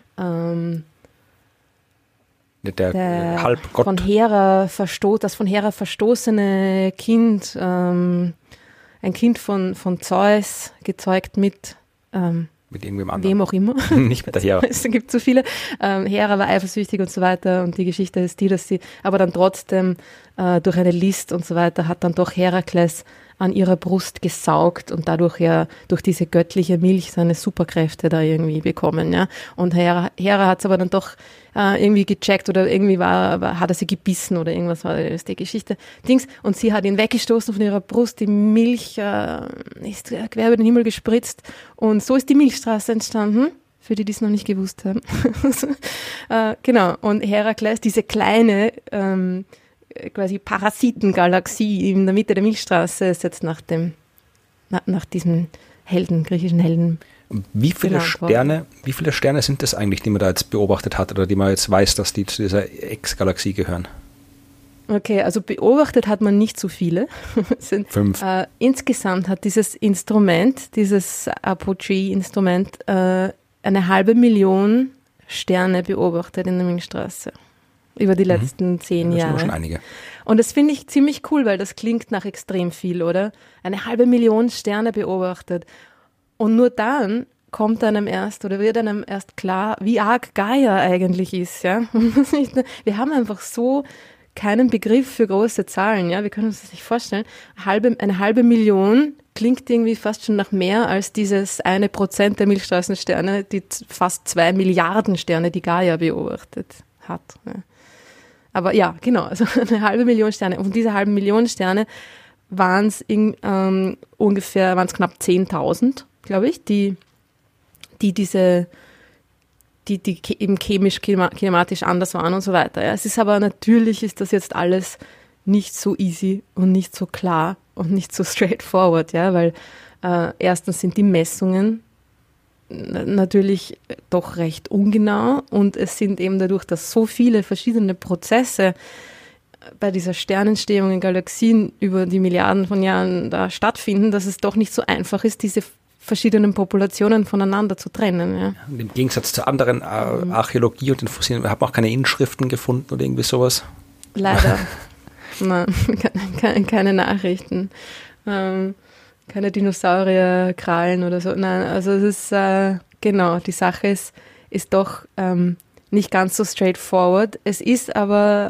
Halbgott. Das von Hera verstoßene Kind, ein Kind von Zeus, gezeugt mit irgendwem anderen. Wem auch immer. Nicht mit der Hera. Es gibt so viele. Hera war eifersüchtig und so weiter und die Geschichte ist die, dass sie aber dann trotzdem durch eine List und so weiter hat dann doch Herakles an ihrer Brust gesaugt und dadurch ja durch diese göttliche Milch seine Superkräfte da irgendwie bekommen, ja. Und Hera hat es aber dann doch irgendwie gecheckt oder irgendwie hat er sie gebissen oder irgendwas war das die Geschichte. Und sie hat ihn weggestoßen von ihrer Brust, die Milch ist quer über den Himmel gespritzt und so ist die Milchstraße entstanden, für die es noch nicht gewusst haben. Genau, und Herakles, diese kleine quasi Parasitengalaxie in der Mitte der Milchstraße ist jetzt nach diesem griechischen Helden. Wie viele Sterne sind das eigentlich, die man da jetzt beobachtet hat oder die man jetzt weiß, dass die zu dieser Ex-Galaxie gehören? Okay, also beobachtet hat man nicht so viele. Es sind 5. Insgesamt hat dieses Apogee-Instrument, eine 500.000 Sterne beobachtet in der Milchstraße. Über die letzten 10 Jahre. Das sind schon einige. Und das finde ich ziemlich cool, weil das klingt nach extrem viel, oder? 500.000 Sterne beobachtet. Und nur dann wird einem erst klar, wie arg Gaia eigentlich ist, ja. Wir haben einfach so keinen Begriff für große Zahlen, ja. Wir können uns das nicht vorstellen. Eine 500.000 klingt irgendwie fast schon nach mehr als dieses 1% der Milchstraßensterne, die fast 2 Milliarden Sterne, die Gaia beobachtet hat. Ja. Aber ja, genau, also 500.000 Sterne. Und von dieser 500.000 Sterne waren es knapp 10.000, glaube ich, die diese die eben chemisch, kinematisch anders waren und so weiter. Ja. Es ist aber natürlich, ist das jetzt alles nicht so easy und nicht so klar und nicht so straightforward, ja, weil erstens sind die Messungen natürlich doch recht ungenau und es sind eben dadurch, dass so viele verschiedene Prozesse bei dieser Sternentstehung in Galaxien über die Milliarden von Jahren da stattfinden, dass es doch nicht so einfach ist, diese verschiedenen Populationen voneinander zu trennen. Ja. Und im Gegensatz zur anderen Archäologie und den Fossilien, wir haben auch keine Inschriften gefunden oder irgendwie sowas. Leider. Nein, keine Nachrichten. Keine Dinosaurierkrallen oder so. Nein, also es ist, genau, die Sache ist doch nicht ganz so straightforward. Es ist aber,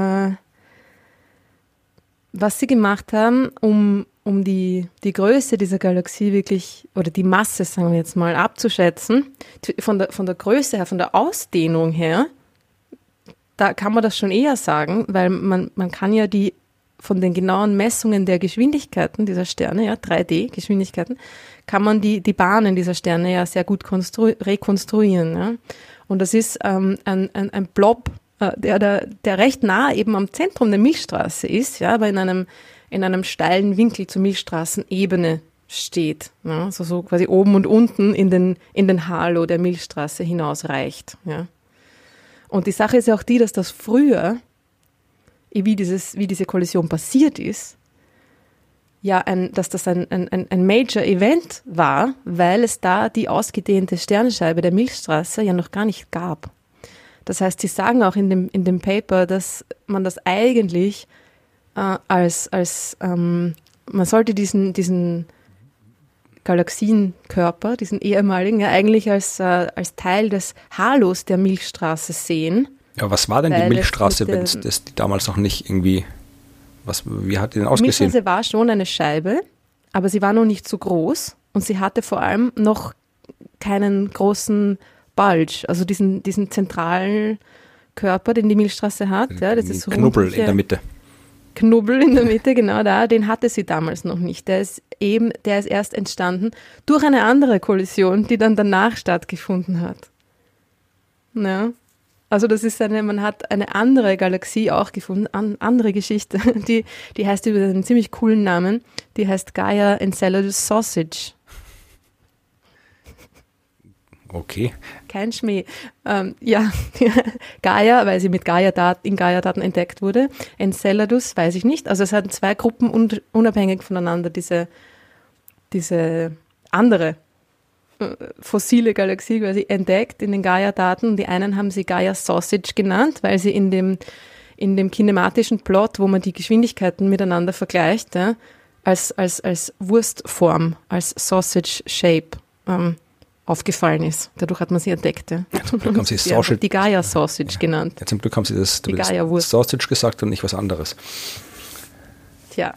was sie gemacht haben, um die Größe dieser Galaxie wirklich, oder die Masse, sagen wir jetzt mal, abzuschätzen, von der Größe her, von der Ausdehnung her, da kann man das schon eher sagen, weil man kann ja von den genauen Messungen der Geschwindigkeiten dieser Sterne, ja, 3D-Geschwindigkeiten, kann man die Bahnen dieser Sterne ja sehr gut rekonstruieren. Ja. Und das ist ein Blob, der recht nah eben am Zentrum der Milchstraße ist, ja, aber in einem steilen Winkel zur Milchstraßenebene steht. Ja, also so quasi oben und unten in den Halo der Milchstraße hinausreicht. Ja. Und die Sache ist ja auch die, dass das früher, wie diese Kollision passiert ist, ja, dass das ein Major Event war, weil es da die ausgedehnte Sternenscheibe der Milchstraße ja noch gar nicht gab. Das heißt, sie sagen auch in dem Paper, dass man das eigentlich man sollte diesen Galaxienkörper, diesen ehemaligen, ja eigentlich als Teil des Halos der Milchstraße sehen. Ja, was war denn die Milchstraße, wenn es das damals noch nicht irgendwie, wie hat die denn ausgesehen? Die Milchstraße war schon eine Scheibe, aber sie war noch nicht so groß und sie hatte vor allem noch keinen großen Bulge, also diesen zentralen Körper, den die Milchstraße hat. Ja, das ist Knubbel in der Mitte. Knubbel in der Mitte, genau da, den hatte sie damals noch nicht. Der ist erst entstanden durch eine andere Kollision, die dann danach stattgefunden hat. Ja. Also das ist man hat eine andere Galaxie auch gefunden, andere Geschichte, die heißt über einen ziemlich coolen Namen, die heißt Gaia Enceladus Sausage. Okay. Kein Schmäh. Ja, Gaia, weil sie in Gaia-Daten entdeckt wurde. Enceladus, weiß ich nicht. Also es hatten zwei Gruppen unabhängig voneinander diese andere fossile Galaxie quasi entdeckt in den Gaia-Daten. Die einen haben sie Gaia Sausage genannt, weil sie in dem kinematischen Plot, wo man die Geschwindigkeiten miteinander vergleicht, ja, als Wurstform, als Sausage Shape aufgefallen ist. Dadurch hat man sie entdeckt. Ja. Zum Glück haben sie Sausage, die Gaia Sausage genannt. Ja, zum Glück haben sie das Gaia-Wurst Sausage gesagt und nicht was anderes. Tja.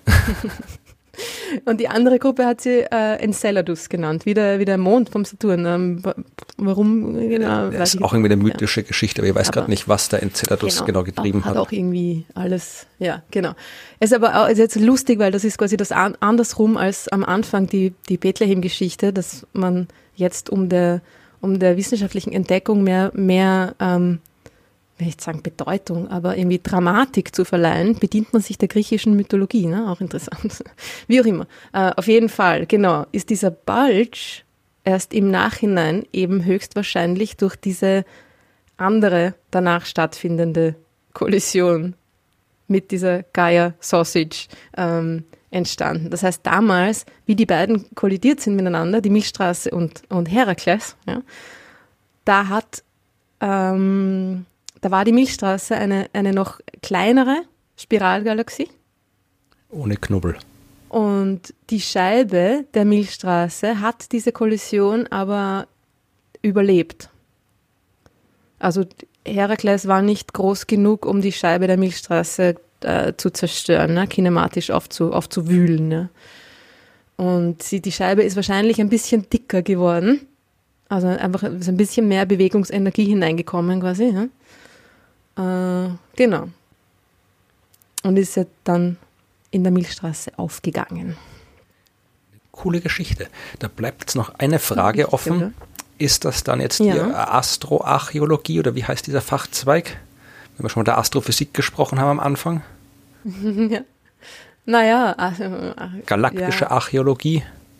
Und die andere Gruppe hat sie Enceladus genannt, wie der Mond vom Saturn. Warum genau? Das ist auch irgendwie eine mythische Geschichte, aber ich weiß gerade nicht, was der Enceladus genau getrieben hat. Hat auch irgendwie alles, ja, genau. Es ist aber auch, ist jetzt lustig, weil das ist quasi das andersrum als am Anfang die Bethlehem-Geschichte, dass man jetzt um der wissenschaftlichen Entdeckung mehr will ich sagen Bedeutung, aber irgendwie Dramatik zu verleihen, bedient man sich der griechischen Mythologie, ne? Auch interessant. Wie auch immer. Auf jeden Fall, genau, ist dieser Bulge erst im Nachhinein eben höchstwahrscheinlich durch diese andere danach stattfindende Kollision mit dieser Gaia Sausage entstanden. Das heißt, damals, wie die beiden kollidiert sind miteinander, die Milchstraße und Herakles, ja, da war die Milchstraße eine noch kleinere Spiralgalaxie. Ohne Knubbel. Und die Scheibe der Milchstraße hat diese Kollision aber überlebt. Also Herakles war nicht groß genug, um die Scheibe der Milchstraße zu zerstören, ne? Kinematisch aufzuwühlen. Ne? Und die Scheibe ist wahrscheinlich ein bisschen dicker geworden. Also einfach ist ein bisschen mehr Bewegungsenergie hineingekommen quasi. Ne? Genau. Und ist ja dann in der Milchstraße aufgegangen. Coole Geschichte. Da bleibt jetzt noch eine Frage offen. Ist das dann jetzt die Astroarchäologie oder wie heißt dieser Fachzweig? Wenn wir schon mal der Astrophysik gesprochen haben am Anfang. Ja. Naja, Galaktische Archäologie.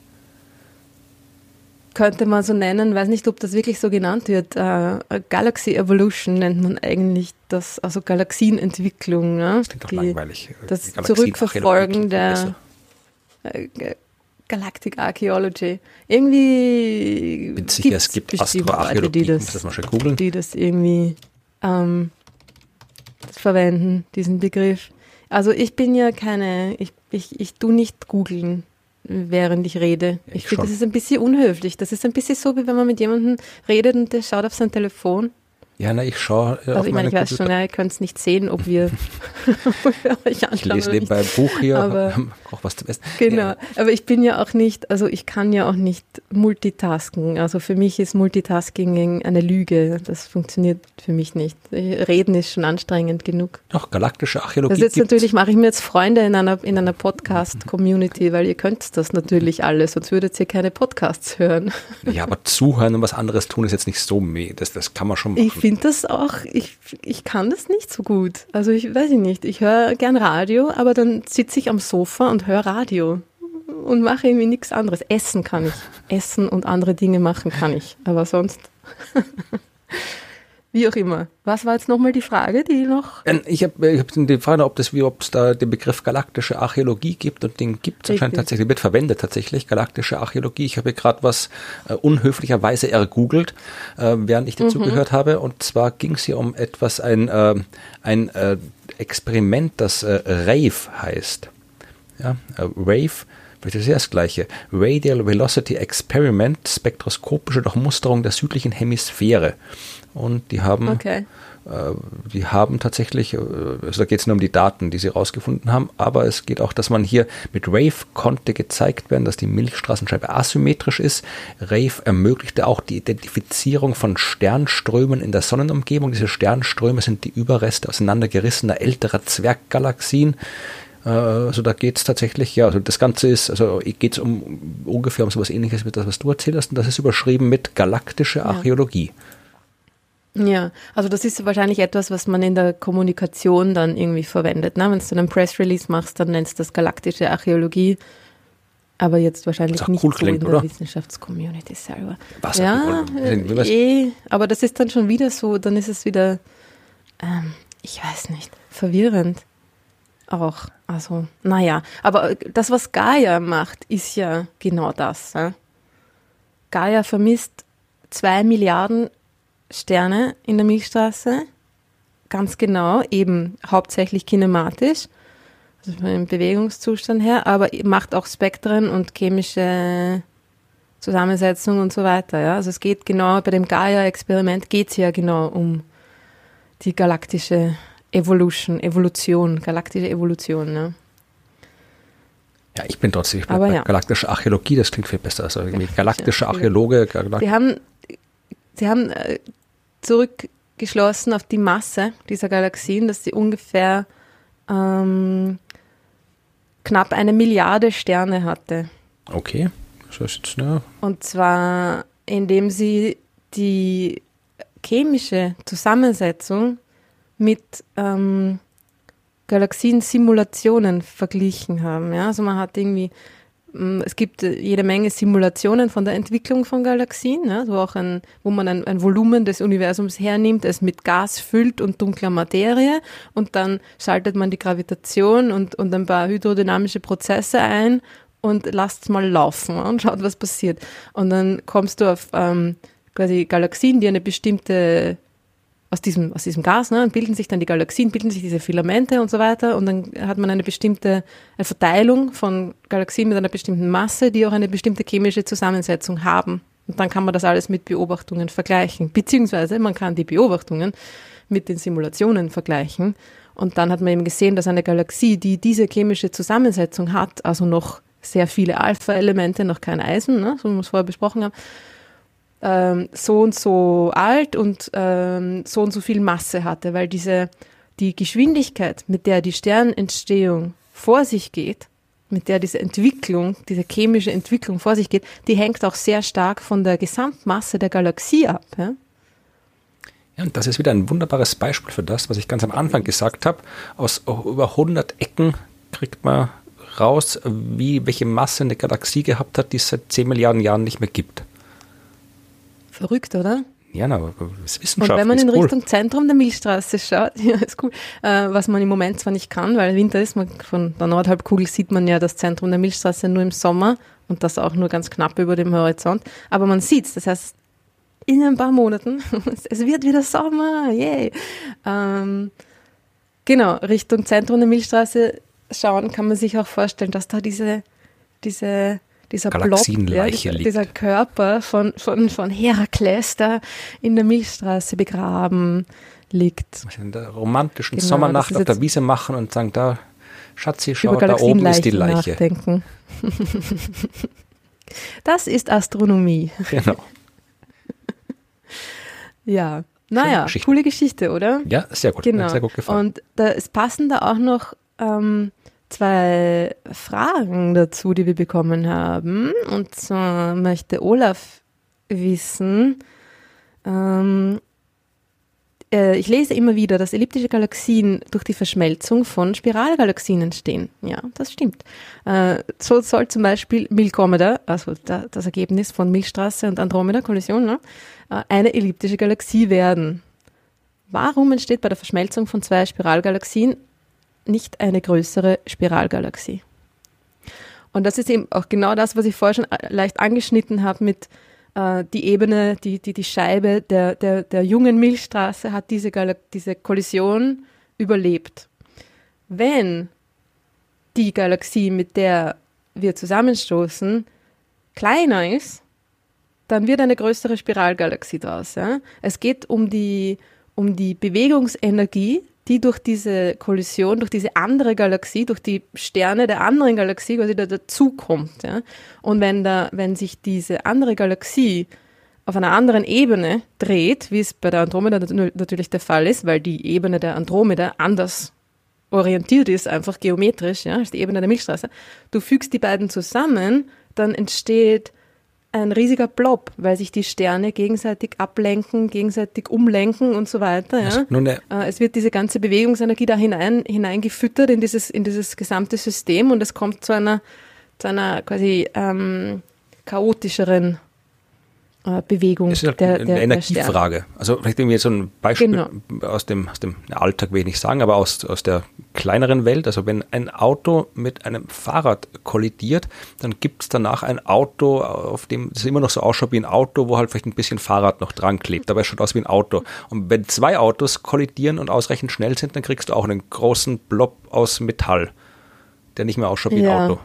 Könnte man so nennen, weiß nicht, ob das wirklich so genannt wird. Galaxy Evolution nennt man eigentlich das, also Galaxienentwicklung. Ne? Das klingt doch langweilig. Das Zurückverfolgen der Galactic Archaeology. Irgendwie bin sicher, es gibt Astroarchäologie, die das irgendwie verwenden, diesen Begriff. Also ich bin ja ich tue nicht googeln, während ich rede. Ich finde, das ist ein bisschen unhöflich. Das ist ein bisschen so, wie wenn man mit jemandem redet und der schaut auf sein Telefon. Ja, ich schaue also ich meine, ich weiß schon, ihr könnt es nicht sehen, ob wir euch anschauen. Ich lese nebenbei ein Buch hier, aber auch was zu essen. Genau, ja. Aber ich bin ja auch nicht, also ich kann ja auch nicht multitasken. Also für mich ist Multitasking eine Lüge. Das funktioniert für mich nicht. Reden ist schon anstrengend genug. Doch, galaktische Archäologie. Das jetzt natürlich mache ich mir jetzt Freunde in einer Podcast-Community, weil ihr könnt das natürlich alles, sonst würdet ihr keine Podcasts hören. Ja, aber zuhören und was anderes tun ist jetzt nicht so, das kann man schon machen. Ich finde das auch, ich kann das nicht so gut. Also ich weiß nicht, ich höre gern Radio, aber dann sitze ich am Sofa und höre Radio und mache irgendwie nichts anderes. Essen kann ich. Essen und andere Dinge machen kann ich. Aber sonst, wie auch immer. Was war jetzt nochmal die Frage, die noch? Ich hab die Frage, ob es da den Begriff galaktische Archäologie gibt, und den gibt es anscheinend tatsächlich, wird verwendet tatsächlich, galaktische Archäologie. Ich habe hier gerade was unhöflicherweise ergoogelt, während ich dir zugehört habe, und zwar ging es hier um etwas, ein Experiment, das RAVE heißt. Ja, RAVE, vielleicht ist das gleiche. Radial Velocity Experiment, spektroskopische Durchmusterung der südlichen Hemisphäre. Und die haben tatsächlich, also da geht es nur um die Daten, die sie rausgefunden haben, aber es geht auch, dass man hier mit RAVE konnte gezeigt werden, dass die Milchstraßenscheibe asymmetrisch ist. RAVE ermöglichte auch die Identifizierung von Sternströmen in der Sonnenumgebung. Diese Sternströme sind die Überreste auseinandergerissener älterer Zwerggalaxien. Also da geht es tatsächlich, ja, also das Ganze ist, also geht es ungefähr um sowas Ähnliches wie das, was du erzählt hast, und das ist überschrieben mit galaktische Archäologie. Ja, also das ist wahrscheinlich etwas, was man in der Kommunikation dann irgendwie verwendet. Ne? Wenn du einen Press-Release machst, dann nennst du das galaktische Archäologie, aber jetzt wahrscheinlich nicht cool so klingt, in der oder? Wissenschaftscommunity selber. Was aber das ist dann schon wieder so, dann ist es wieder, ich weiß nicht, verwirrend auch. Also, naja, aber das, was Gaia macht, ist ja genau das. Gaia vermisst 2 Milliarden Sterne in der Milchstraße, ganz genau, eben hauptsächlich kinematisch, also von dem Bewegungszustand her, aber macht auch Spektren und chemische Zusammensetzung und so weiter. Ja? Also es geht genau, bei dem Gaia-Experiment geht es ja genau um die galaktische Evolution, galaktische Evolution. Ne? Ja, ich bin trotzdem bei galaktischer Archäologie, das klingt viel besser. Also galaktische Archäologe. Sie haben zurückgeschlossen auf die Masse dieser Galaxien, dass sie ungefähr knapp 1 Milliarde Sterne hatte. Okay. Das heißt jetzt, ne? Und zwar, indem sie die chemische Zusammensetzung mit Galaxien-Simulationen verglichen haben. Ja? Also man hat irgendwie es gibt jede Menge Simulationen von der Entwicklung von Galaxien, ja, wo man ein Volumen des Universums hernimmt, es mit Gas füllt und dunkler Materie, und dann schaltet man die Gravitation und ein paar hydrodynamische Prozesse ein und lasst es mal laufen und schaut, was passiert. Und dann kommst du auf quasi Galaxien, die eine bestimmte aus diesem Gas, ne, und bilden sich dann die Galaxien, bilden sich diese Filamente und so weiter, und dann hat man eine Verteilung von Galaxien mit einer bestimmten Masse, die auch eine bestimmte chemische Zusammensetzung haben. Und dann kann man das alles mit Beobachtungen vergleichen, beziehungsweise man kann die Beobachtungen mit den Simulationen vergleichen, und dann hat man eben gesehen, dass eine Galaxie, die diese chemische Zusammensetzung hat, also noch sehr viele Alpha-Elemente, noch kein Eisen, ne, so wie wir es vorher besprochen haben, so und so alt und so und so viel Masse hatte, weil die Geschwindigkeit, mit der die Sternentstehung vor sich geht, mit der diese Entwicklung, diese chemische Entwicklung vor sich geht, die hängt auch sehr stark von der Gesamtmasse der Galaxie ab. Ja? Ja, und das ist wieder ein wunderbares Beispiel für das, was ich ganz am Anfang gesagt habe. Aus über 100 Ecken kriegt man raus, welche Masse eine Galaxie gehabt hat, die es seit 10 Milliarden Jahren nicht mehr gibt. Verrückt, oder? Ja, aber das ist Wissenschaft. Und wenn man in cool. Richtung Zentrum der Milchstraße schaut, ja, ist cool, was man im Moment zwar nicht kann, weil Winter ist, von der Nordhalbkugel sieht man ja das Zentrum der Milchstraße nur im Sommer und das auch nur ganz knapp über dem Horizont, aber man sieht's, das heißt, in ein paar Monaten, es wird wieder Sommer, yay. Genau, Richtung Zentrum der Milchstraße schauen, kann man sich auch vorstellen, dass da dieser Blob, ja, dieser Körper von Herakles da in der Milchstraße begraben liegt. In der romantischen Sommernacht auf der Wiese machen und sagen, da, Schatzi, schau, da oben ist die Leiche. Nachdenken. Das ist Astronomie. Genau. Ja, naja, coole Geschichte, oder? Ja, sehr gut. Genau. Mir hat sehr gut gefallen. Und es passen da auch noch 2 Fragen dazu, die wir bekommen haben. Und zwar möchte Olaf wissen, ich lese immer wieder, dass elliptische Galaxien durch die Verschmelzung von Spiralgalaxien entstehen. Ja, das stimmt. So soll zum Beispiel Milkomeda, also das Ergebnis von Milchstraße und Andromeda-Kollision, ne, eine elliptische Galaxie werden. Warum entsteht bei der Verschmelzung von 2 Spiralgalaxien nicht eine größere Spiralgalaxie? Und das ist eben auch genau das, was ich vorher schon leicht angeschnitten habe mit die Ebene, die Scheibe der jungen Milchstraße hat diese Kollision überlebt. Wenn die Galaxie, mit der wir zusammenstoßen, kleiner ist, dann wird eine größere Spiralgalaxie draus. Ja? Es geht um die Bewegungsenergie, die durch diese Kollision, durch diese andere Galaxie, durch die Sterne der anderen Galaxie quasi dazukommt. Ja? Und wenn sich diese andere Galaxie auf einer anderen Ebene dreht, wie es bei der Andromeda natürlich der Fall ist, weil die Ebene der Andromeda anders orientiert ist, einfach geometrisch, ja, als die Ebene der Milchstraße, du fügst die beiden zusammen, dann entsteht ein riesiger Blob, weil sich die Sterne gegenseitig ablenken, gegenseitig umlenken und so weiter. Ja. Es wird diese ganze Bewegungsenergie da hineingefüttert in dieses gesamte System und es kommt zu einer quasi chaotischeren Bewegung. Das ist halt eine Energiefrage. Also vielleicht irgendwie so ein Beispiel aus dem Alltag will ich nicht sagen, aber aus der kleineren Welt. Also wenn ein Auto mit einem Fahrrad kollidiert, dann gibt es danach ein Auto, auf dem es immer noch so ausschaut wie ein Auto, wo halt vielleicht ein bisschen Fahrrad noch dran klebt. Aber es schaut aus wie ein Auto. Und wenn 2 Autos kollidieren und ausreichend schnell sind, dann kriegst du auch einen großen Blob aus Metall, der nicht mehr ausschaut wie ein Auto.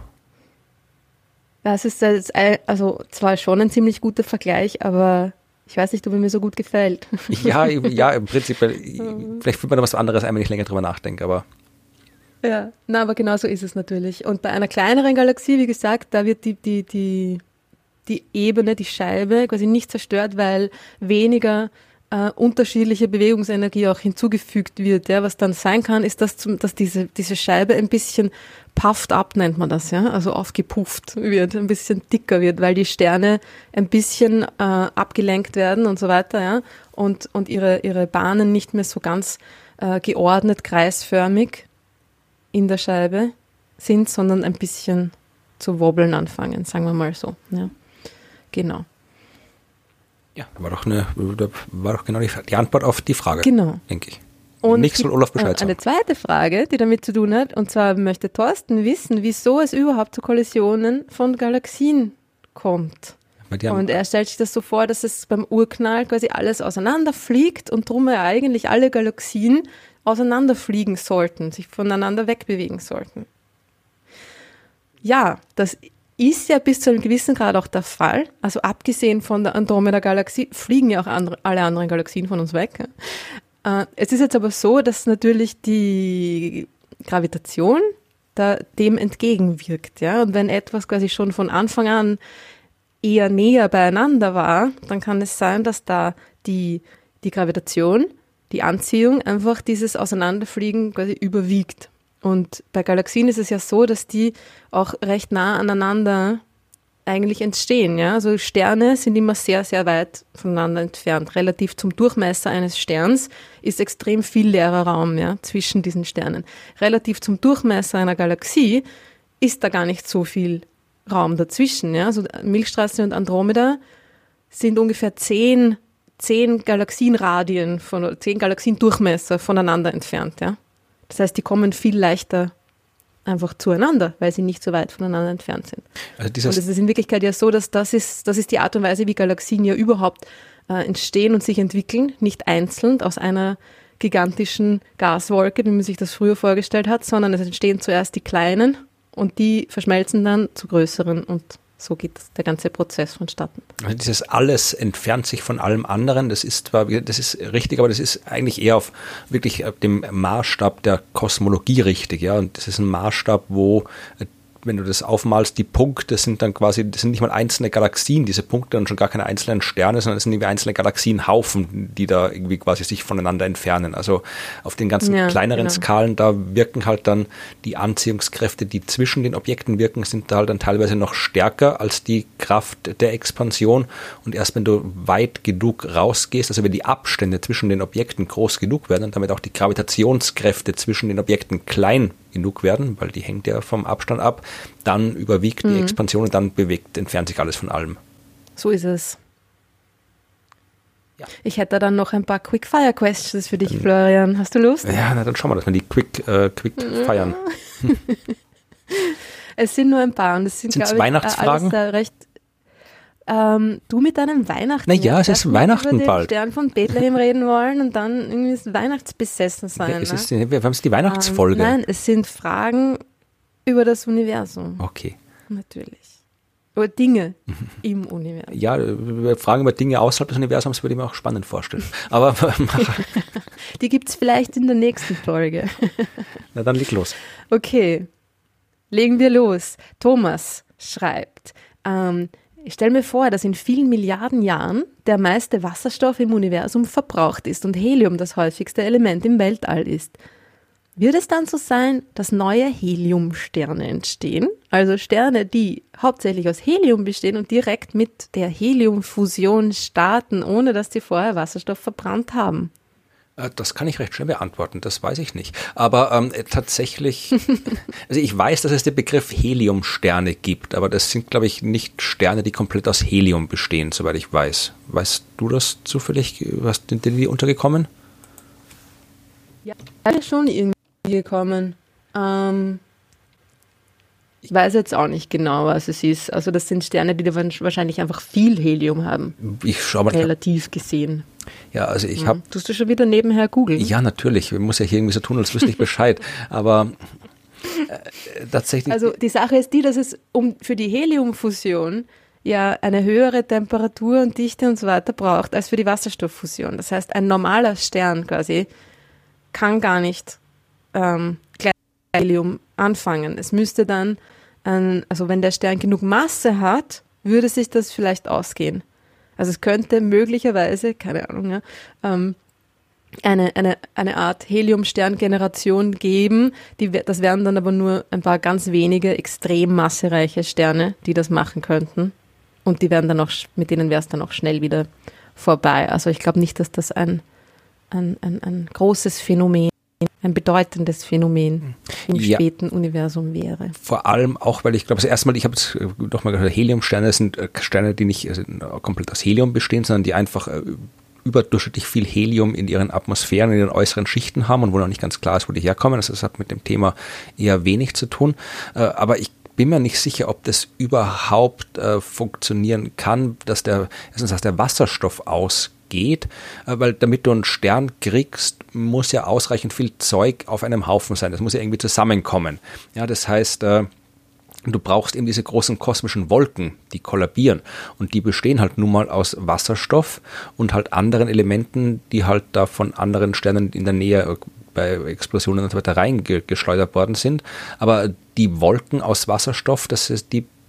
Das ist also zwar schon ein ziemlich guter Vergleich, aber ich weiß nicht, ob er mir so gut gefällt. Ja, im Prinzip, vielleicht fühlt man da was anderes ein, wenn ich länger drüber nachdenke, aber. Ja, aber genau so ist es natürlich. Und bei einer kleineren Galaxie, wie gesagt, da wird die Ebene, die Scheibe quasi nicht zerstört, weil weniger unterschiedliche Bewegungsenergie auch hinzugefügt wird. Ja. Was dann sein kann, ist, dass diese Scheibe ein bisschen puffed up, nennt man das, ja, also aufgepufft wird, ein bisschen dicker wird, weil die Sterne ein bisschen abgelenkt werden und so weiter, ja, und ihre Bahnen nicht mehr so ganz geordnet, kreisförmig in der Scheibe sind, sondern ein bisschen zu wobbeln anfangen, sagen wir mal so. Ja. Genau. Ja, war doch genau die Antwort auf die Frage, denke ich. Und nichts soll Olaf Bescheid sagen. Eine zweite Frage, die damit zu tun hat, und zwar möchte Thorsten wissen, wieso es überhaupt zu Kollisionen von Galaxien kommt. Und er stellt sich das so vor, dass es beim Urknall quasi alles auseinanderfliegt und drum ja eigentlich alle Galaxien auseinanderfliegen sollten, sich voneinander wegbewegen sollten. Ja, das ist ja bis zu einem gewissen Grad auch der Fall. Also abgesehen von der Andromeda-Galaxie fliegen ja auch alle anderen Galaxien von uns weg. Es ist jetzt aber so, dass natürlich die Gravitation dem entgegenwirkt. Ja? Und wenn etwas quasi schon von Anfang an eher näher beieinander war, dann kann es sein, dass da die Gravitation, die Anziehung einfach dieses Auseinanderfliegen quasi überwiegt. Und bei Galaxien ist es ja so, dass die auch recht nah aneinander eigentlich entstehen. Ja? Also Sterne sind immer sehr, sehr weit voneinander entfernt. Relativ zum Durchmesser eines Sterns ist extrem viel leerer Raum, ja, zwischen diesen Sternen. Relativ zum Durchmesser einer Galaxie ist da gar nicht so viel Raum dazwischen. Ja? Also Milchstraße und Andromeda sind ungefähr 10 Galaxienradien, 10 Galaxiendurchmesser voneinander entfernt. Ja? Das heißt, die kommen viel leichter einfach zueinander, weil sie nicht so weit voneinander entfernt sind. Also und es ist in Wirklichkeit ja so, dass das ist die Art und Weise, wie Galaxien ja überhaupt entstehen und sich entwickeln, nicht einzeln aus einer gigantischen Gaswolke, wie man sich das früher vorgestellt hat, sondern es entstehen zuerst die kleinen und die verschmelzen dann zu größeren und so geht der ganze Prozess vonstatten. Also dieses alles entfernt sich von allem anderen, das ist richtig, aber das ist eigentlich eher auf wirklich dem Maßstab der Kosmologie richtig, ja. Und das ist ein Maßstab, wo, wenn du das aufmalst, die Punkte sind dann quasi, das sind nicht mal einzelne Galaxien, diese Punkte und schon gar keine einzelnen Sterne, sondern es sind irgendwie einzelne Galaxienhaufen, die da irgendwie quasi sich voneinander entfernen. Also auf den ganzen kleineren Skalen, da wirken halt dann die Anziehungskräfte, die zwischen den Objekten wirken, sind da halt dann teilweise noch stärker als die Kraft der Expansion. Und erst wenn du weit genug rausgehst, also wenn die Abstände zwischen den Objekten groß genug werden und damit auch die Gravitationskräfte zwischen den Objekten klein genug werden, weil die hängt ja vom Abstand ab, dann überwiegt die Expansion und dann entfernt sich alles von allem. So ist es. Ja. Ich hätte dann noch ein paar Quick-Fire-Questions für dich, Florian. Hast du Lust? Ja, na, dann schauen wir, dass wir die quick feiern. Es sind nur ein paar und es sind Weihnachtsfragen? Alles recht. Du mit deinem Weihnachten. Naja, es ist Weihnachten über bald. Den Stern von Bethlehem reden wollen und dann irgendwie das Weihnachtsbesessen sein. Ja, wir haben es die Weihnachtsfolge. Nein, es sind Fragen über das Universum. Okay. Natürlich. Über Dinge im Universum. Ja, Fragen über Dinge außerhalb des Universums würde ich mir auch spannend vorstellen. Aber die gibt es vielleicht in der nächsten Folge. Na, dann leg los. Okay, legen wir los. Thomas schreibt, ich stelle mir vor, dass in vielen Milliarden Jahren der meiste Wasserstoff im Universum verbraucht ist und Helium das häufigste Element im Weltall ist. Wird es dann so sein, dass neue Heliumsterne entstehen? Also Sterne, die hauptsächlich aus Helium bestehen und direkt mit der Heliumfusion starten, ohne dass sie vorher Wasserstoff verbrannt haben? Das kann ich recht schnell beantworten, das weiß ich nicht. Aber tatsächlich, also ich weiß, dass es den Begriff Heliumsterne gibt, aber das sind, glaube ich, nicht Sterne, die komplett aus Helium bestehen, soweit ich weiß. Weißt du das zufällig? Sind dir die untergekommen? Ja, schon irgendwie gekommen. Ich weiß jetzt auch nicht genau, was es ist. Also das sind Sterne, die wahrscheinlich einfach viel Helium haben. Ich schau mal. Relativ gesehen. Ja, also ich habe... Tust du schon wieder nebenher googeln? Ja, natürlich. Ich muss ja hier irgendwie so tun, als wüsste ich Bescheid. Aber tatsächlich... Also die Sache ist die, dass es für die Heliumfusion ja eine höhere Temperatur und Dichte und so weiter braucht als für die Wasserstofffusion. Das heißt, ein normaler Stern quasi kann gar nicht gleich Helium anfangen. Es müsste dann, also wenn der Stern genug Masse hat, würde sich das vielleicht ausgehen. Also es könnte möglicherweise, keine Ahnung, ja, eine Art Heliumsterngeneration geben. Das wären dann aber nur ein paar ganz wenige extrem massereiche Sterne, die das machen könnten. Und die werden dann auch, mit denen wäre es dann auch schnell wieder vorbei. Also ich glaube nicht, dass das ein großes Phänomen, ein bedeutendes Phänomen im späten Universum wäre. Vor allem auch, weil ich glaube, also erstmal, ich habe jetzt doch mal gehört, Heliumsterne sind Sterne, die nicht komplett aus Helium bestehen, sondern die einfach überdurchschnittlich viel Helium in ihren Atmosphären, in den äußeren Schichten haben und wo noch nicht ganz klar ist, wo die herkommen. Also das hat mit dem Thema eher wenig zu tun. Aber ich bin mir nicht sicher, ob das überhaupt funktionieren kann, dass der Wasserstoff ausgeht, weil damit du einen Stern kriegst, muss ja ausreichend viel Zeug auf einem Haufen sein. Das muss ja irgendwie zusammenkommen. Ja, das heißt, du brauchst eben diese großen kosmischen Wolken, die kollabieren. Und die bestehen halt nun mal aus Wasserstoff und halt anderen Elementen, die halt da von anderen Sternen in der Nähe bei Explosionen und so weiter reingeschleudert worden sind. Aber die Wolken aus Wasserstoff, die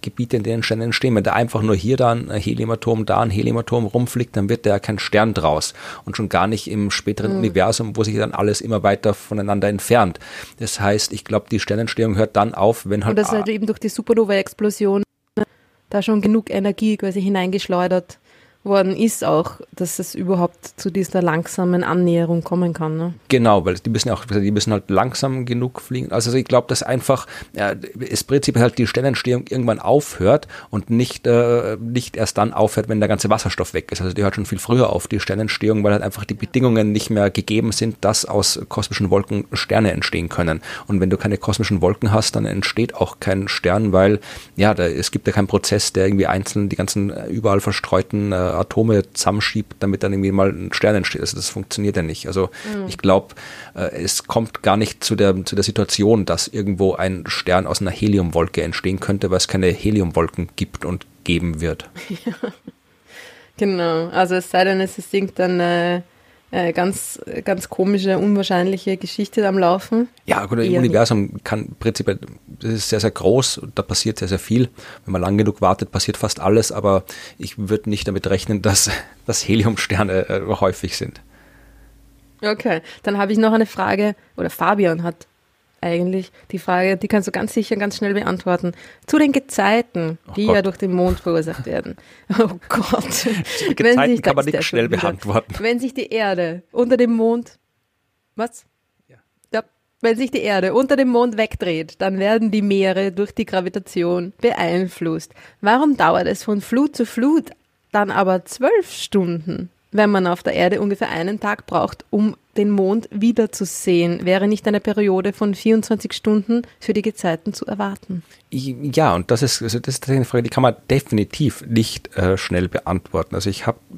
Gebiete, in denen Sterne entstehen. Wenn da einfach nur hier da ein Heliumatom, da ein Heliumatom rumfliegt, dann wird da ja kein Stern draus. Und schon gar nicht im späteren Universum, wo sich dann alles immer weiter voneinander entfernt. Das heißt, ich glaube, die Sternentstehung hört dann auf, wenn halt... Und das halt eben durch die Supernova-Explosion da schon genug Energie quasi hineingeschleudert worden ist auch, dass es überhaupt zu dieser langsamen Annäherung kommen kann. Ne? Genau, weil die müssen halt langsam genug fliegen. Also ich glaube, dass einfach das Prinzip halt die Sternentstehung irgendwann aufhört und nicht erst dann aufhört, wenn der ganze Wasserstoff weg ist. Also die hört schon viel früher auf, die Sternentstehung, weil halt einfach die Bedingungen nicht mehr gegeben sind, dass aus kosmischen Wolken Sterne entstehen können. Und wenn du keine kosmischen Wolken hast, dann entsteht auch kein Stern, weil es gibt ja keinen Prozess, der irgendwie einzeln die ganzen überall verstreuten Atome zusammenschiebt, damit dann irgendwie mal ein Stern entsteht. Also das funktioniert ja nicht. Also ich glaube, es kommt gar nicht zu der Situation, dass irgendwo ein Stern aus einer Heliumwolke entstehen könnte, weil es keine Heliumwolken gibt und geben wird. Ja, genau. Also es sei denn, es ist irgendeine ganz, ganz komische, unwahrscheinliche Geschichte am Laufen. Ja, gut, im Universum kann prinzipiell, das ist sehr, sehr groß und da passiert sehr, sehr viel. Wenn man lang genug wartet, passiert fast alles, aber ich würde nicht damit rechnen, dass Heliumsterne häufig sind. Okay, dann habe ich noch eine Frage, oder Fabian hat eigentlich die Frage, die kannst du ganz sicher ganz schnell beantworten. Zu den Gezeiten, die ja durch den Mond verursacht werden. Oh Gott. Gezeiten kann man nicht schnell beantworten. Wenn sich die Erde unter dem Mond, was? Ja. Wenn sich die Erde unter dem Mond wegdreht, dann werden die Meere durch die Gravitation beeinflusst. Warum dauert es von Flut zu Flut dann aber 12 Stunden? Wenn man auf der Erde ungefähr einen Tag braucht, um den Mond wiederzusehen, wäre nicht eine Periode von 24 Stunden für die Gezeiten zu erwarten? Ja, und das ist eine Frage, die kann man definitiv nicht schnell beantworten. Also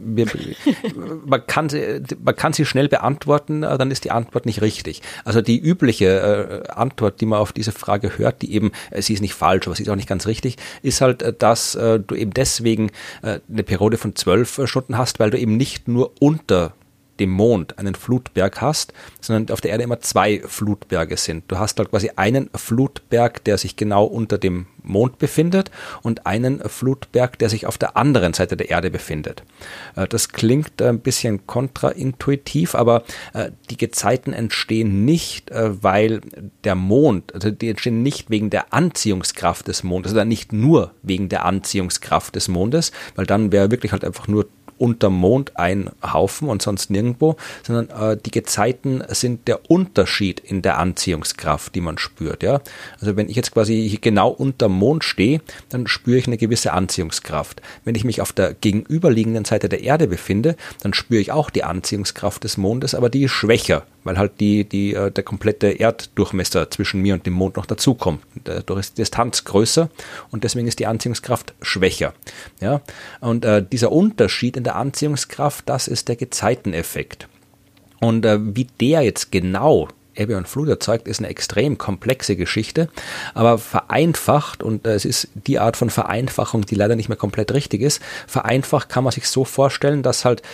man kann sie schnell beantworten, dann ist die Antwort nicht richtig. Also die übliche Antwort, die man auf diese Frage hört, die eben, sie ist nicht falsch, aber sie ist auch nicht ganz richtig, ist halt, dass du eben deswegen eine Periode von 12 Stunden hast, weil du eben nicht nur unter dem Mond einen Flutberg hast, sondern auf der Erde immer 2 Flutberge sind. Du hast halt quasi einen Flutberg, der sich genau unter dem Mond befindet und einen Flutberg, der sich auf der anderen Seite der Erde befindet. Das klingt ein bisschen kontraintuitiv, aber die Gezeiten entstehen nicht, weil der Mond, also die entstehen nicht wegen der Anziehungskraft des Mondes, oder nicht nur wegen der Anziehungskraft des Mondes, weil dann wäre wirklich halt einfach nur unterm Mond ein Haufen und sonst nirgendwo, sondern die Gezeiten sind der Unterschied in der Anziehungskraft, die man spürt. Ja? Also wenn ich jetzt quasi genau unterm Mond stehe, dann spüre ich eine gewisse Anziehungskraft. Wenn ich mich auf der gegenüberliegenden Seite der Erde befinde, dann spüre ich auch die Anziehungskraft des Mondes, aber die ist schwächer, weil halt der komplette Erddurchmesser zwischen mir und dem Mond noch dazukommt. Dadurch ist die Distanz größer und deswegen ist die Anziehungskraft schwächer. Ja? Und dieser Unterschied in der Anziehungskraft, das ist der Gezeiteneffekt. Und wie der jetzt genau Ebbe und Flut erzeugt, ist eine extrem komplexe Geschichte, aber vereinfacht, und es ist die Art von Vereinfachung, die leider nicht mehr komplett richtig ist, vereinfacht kann man sich so vorstellen, dass halt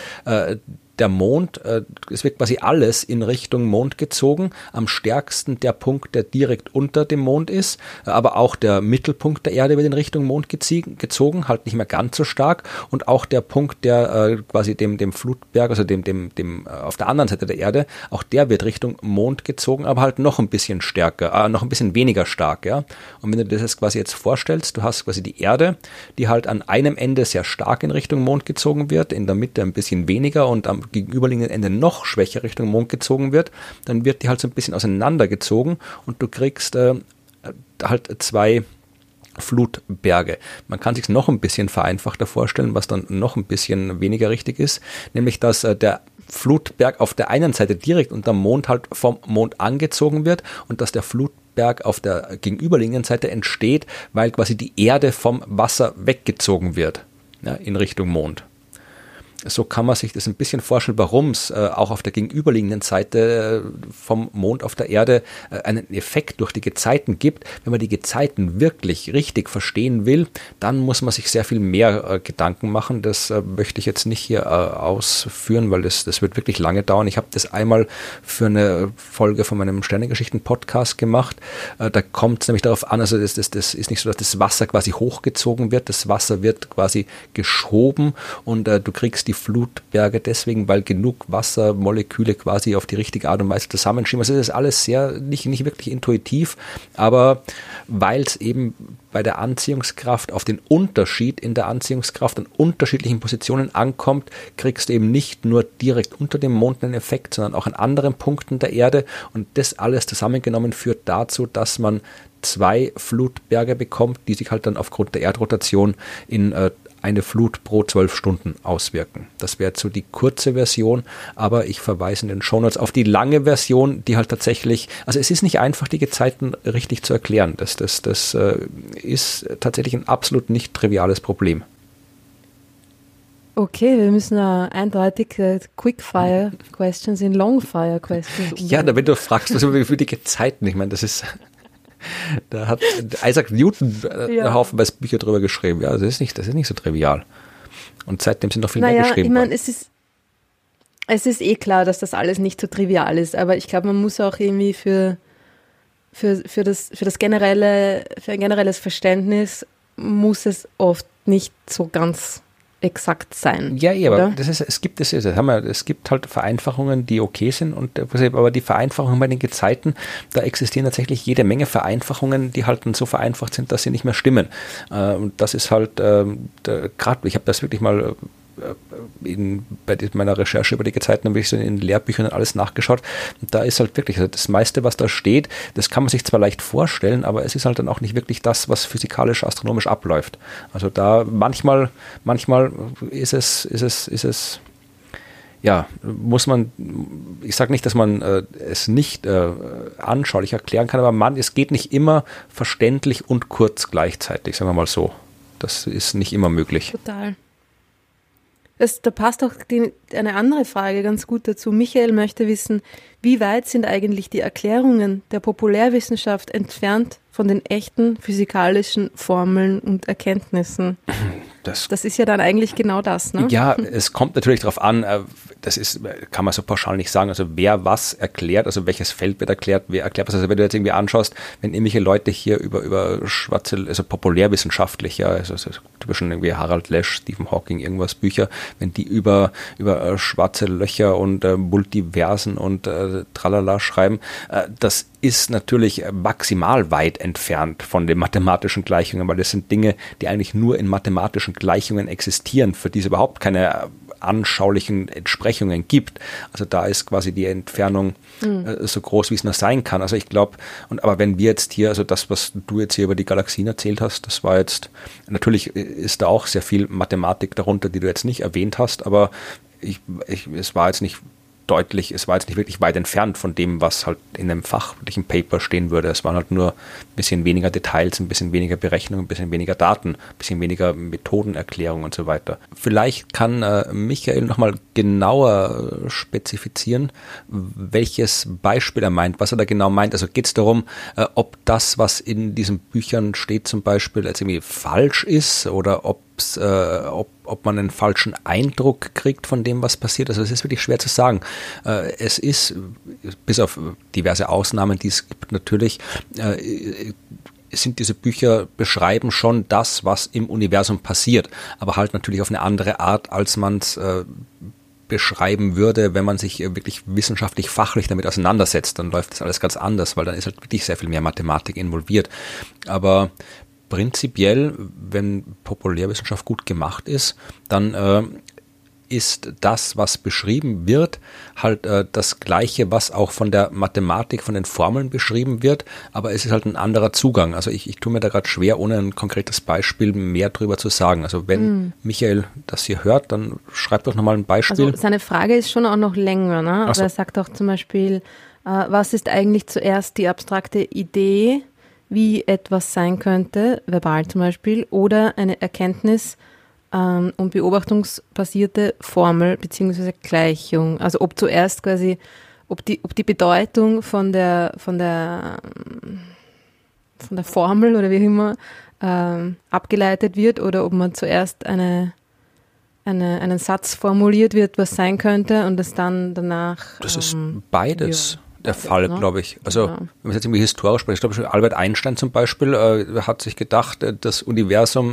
der Mond, es wird quasi alles in Richtung Mond gezogen, am stärksten der Punkt, der direkt unter dem Mond ist, aber auch der Mittelpunkt der Erde wird in Richtung Mond gezogen, halt nicht mehr ganz so stark, und auch der Punkt, der quasi dem Flutberg, also dem auf der anderen Seite der Erde, auch der wird Richtung Mond gezogen, aber halt noch ein bisschen stärker, noch ein bisschen weniger stark, ja. Und wenn du dir das quasi jetzt vorstellst, du hast quasi die Erde, die halt an einem Ende sehr stark in Richtung Mond gezogen wird, in der Mitte ein bisschen weniger und am gegenüberliegenden Ende noch schwächer Richtung Mond gezogen wird, dann wird die halt so ein bisschen auseinandergezogen und du kriegst halt 2 Flutberge. Man kann sich noch ein bisschen vereinfachter vorstellen, was dann noch ein bisschen weniger richtig ist, nämlich dass der Flutberg auf der einen Seite direkt unterm Mond halt vom Mond angezogen wird und dass der Flutberg auf der gegenüberliegenden Seite entsteht, weil quasi die Erde vom Wasser weggezogen wird, ja, in Richtung Mond. so kann man sich das ein bisschen vorstellen, warum es auch auf der gegenüberliegenden Seite vom Mond auf der Erde einen Effekt durch die Gezeiten gibt. Wenn man die Gezeiten wirklich richtig verstehen will, dann muss man sich sehr viel mehr Gedanken machen. Das möchte ich jetzt nicht hier ausführen, weil das wird wirklich lange dauern. Ich habe das einmal für eine Folge von meinem Sternengeschichten-Podcast gemacht. Da kommt es nämlich darauf an, also das ist nicht so, dass das Wasser quasi hochgezogen wird. Das Wasser wird quasi geschoben und du kriegst die Flutberge deswegen, weil genug Wassermoleküle quasi auf die richtige Art und Weise zusammenschieben. Also das ist alles sehr, nicht wirklich intuitiv, aber weil es eben bei der Anziehungskraft auf den Unterschied in der Anziehungskraft an unterschiedlichen Positionen ankommt, kriegst du eben nicht nur direkt unter dem Mond einen Effekt, sondern auch an anderen Punkten der Erde und das alles zusammengenommen führt dazu, dass man 2 Flutberge bekommt, die sich halt dann aufgrund der Erdrotation in eine Flut pro 12 Stunden auswirken. Das wäre jetzt so die kurze Version, aber ich verweise in den Shownotes auf die lange Version, die halt tatsächlich, also es ist nicht einfach, die Gezeiten richtig zu erklären. Das ist tatsächlich ein absolut nicht triviales Problem. Okay, wir müssen eindeutig Quickfire-Questions in Longfire-Questions umwandeln. Ja, wenn du fragst, was für die Gezeiten, ich meine, das ist... Da hat Isaac Newton haufenweise Bücher drüber geschrieben. Ja, das ist nicht so trivial. Und seitdem sind noch viel mehr geschrieben worden. Ich meine, es ist eh klar, dass das alles nicht so trivial ist, aber ich glaube, man muss auch irgendwie für ein generelles Verständnis muss es oft nicht so ganz exakt sein. Ja, aber es gibt halt Vereinfachungen, die okay sind, aber die Vereinfachungen bei den Gezeiten, da existieren tatsächlich jede Menge Vereinfachungen, die halt dann so vereinfacht sind, dass sie nicht mehr stimmen. Und das ist halt gerade, ich habe das wirklich mal bei meiner Recherche über die Gezeiten habe ich so in den Lehrbüchern alles nachgeschaut und da ist halt wirklich, also das meiste, was da steht, das kann man sich zwar leicht vorstellen, aber es ist halt dann auch nicht wirklich das, was physikalisch, astronomisch abläuft. Also da manchmal ist es ja, muss man, ich sage nicht, dass man es nicht anschaulich erklären kann, aber es geht nicht immer verständlich und kurz gleichzeitig, sagen wir mal so. Das ist nicht immer möglich. Total. Da passt auch eine andere Frage ganz gut dazu. Michael möchte wissen, wie weit sind eigentlich die Erklärungen der Populärwissenschaft entfernt von den echten physikalischen Formeln und Erkenntnissen? Das ist ja dann eigentlich genau das, ne? Ja, es kommt natürlich darauf an, kann man so pauschal nicht sagen, also wer was erklärt, also welches Feld wird erklärt, wer erklärt was, also wenn du jetzt irgendwie anschaust, wenn irgendwelche Leute hier über schwarze, also populärwissenschaftlich, ja, also typisch irgendwie Harald Lesch, Stephen Hawking, irgendwas Bücher, wenn die über schwarze Löcher und Multiversen und tralala schreiben, das ist natürlich maximal weit entfernt von den mathematischen Gleichungen, weil das sind Dinge, die eigentlich nur in mathematischen Gleichungen existieren, für die es überhaupt keine anschaulichen Entsprechungen gibt. Also da ist quasi die Entfernung so groß, wie es nur sein kann. Also ich glaube, aber wenn wir jetzt hier, also das, was du jetzt hier über die Galaxien erzählt hast, das war jetzt, natürlich ist da auch sehr viel Mathematik darunter, die du jetzt nicht erwähnt hast, aber es war jetzt nicht wirklich weit entfernt von dem, was halt in einem fachlichen Paper stehen würde. Es waren halt nur ein bisschen weniger Details, ein bisschen weniger Berechnungen, ein bisschen weniger Daten, ein bisschen weniger Methodenerklärung und so weiter. Vielleicht kann Michael nochmal genauer spezifizieren, welches Beispiel er meint, was er da genau meint. Also geht es darum, ob das, was in diesen Büchern steht, zum Beispiel als irgendwie falsch ist oder ob man einen falschen Eindruck kriegt von dem, was passiert. Also es ist wirklich schwer zu sagen. Es ist, bis auf diverse Ausnahmen, die es gibt natürlich, sind diese Bücher beschreiben schon das, was im Universum passiert, aber halt natürlich auf eine andere Art, als man es beschreiben würde, wenn man sich wirklich wissenschaftlich, fachlich damit auseinandersetzt. Dann läuft das alles ganz anders, weil dann ist halt wirklich sehr viel mehr Mathematik involviert. Aber prinzipiell, wenn Populärwissenschaft gut gemacht ist, dann ist das, was beschrieben wird, halt das Gleiche, was auch von der Mathematik, von den Formeln beschrieben wird, aber es ist halt ein anderer Zugang. Also ich tue mir da gerade schwer, ohne ein konkretes Beispiel mehr drüber zu sagen. Also wenn Michael das hier hört, dann schreibt doch nochmal ein Beispiel. Also seine Frage ist schon auch noch länger, ne? Also er sagt auch zum Beispiel, was ist eigentlich zuerst die abstrakte Idee, wie etwas sein könnte, verbal zum Beispiel, oder eine Erkenntnis, und beobachtungsbasierte Formel bzw. Gleichung. Also ob zuerst quasi, ob die Bedeutung von der Formel oder wie auch immer abgeleitet wird oder ob man zuerst einen Satz formuliert wird, was sein könnte und es dann danach... Das ist beides der Fall, glaube ich. Also wenn man jetzt irgendwie historisch spricht, ich glaube, Albert Einstein zum Beispiel hat sich gedacht, das Universum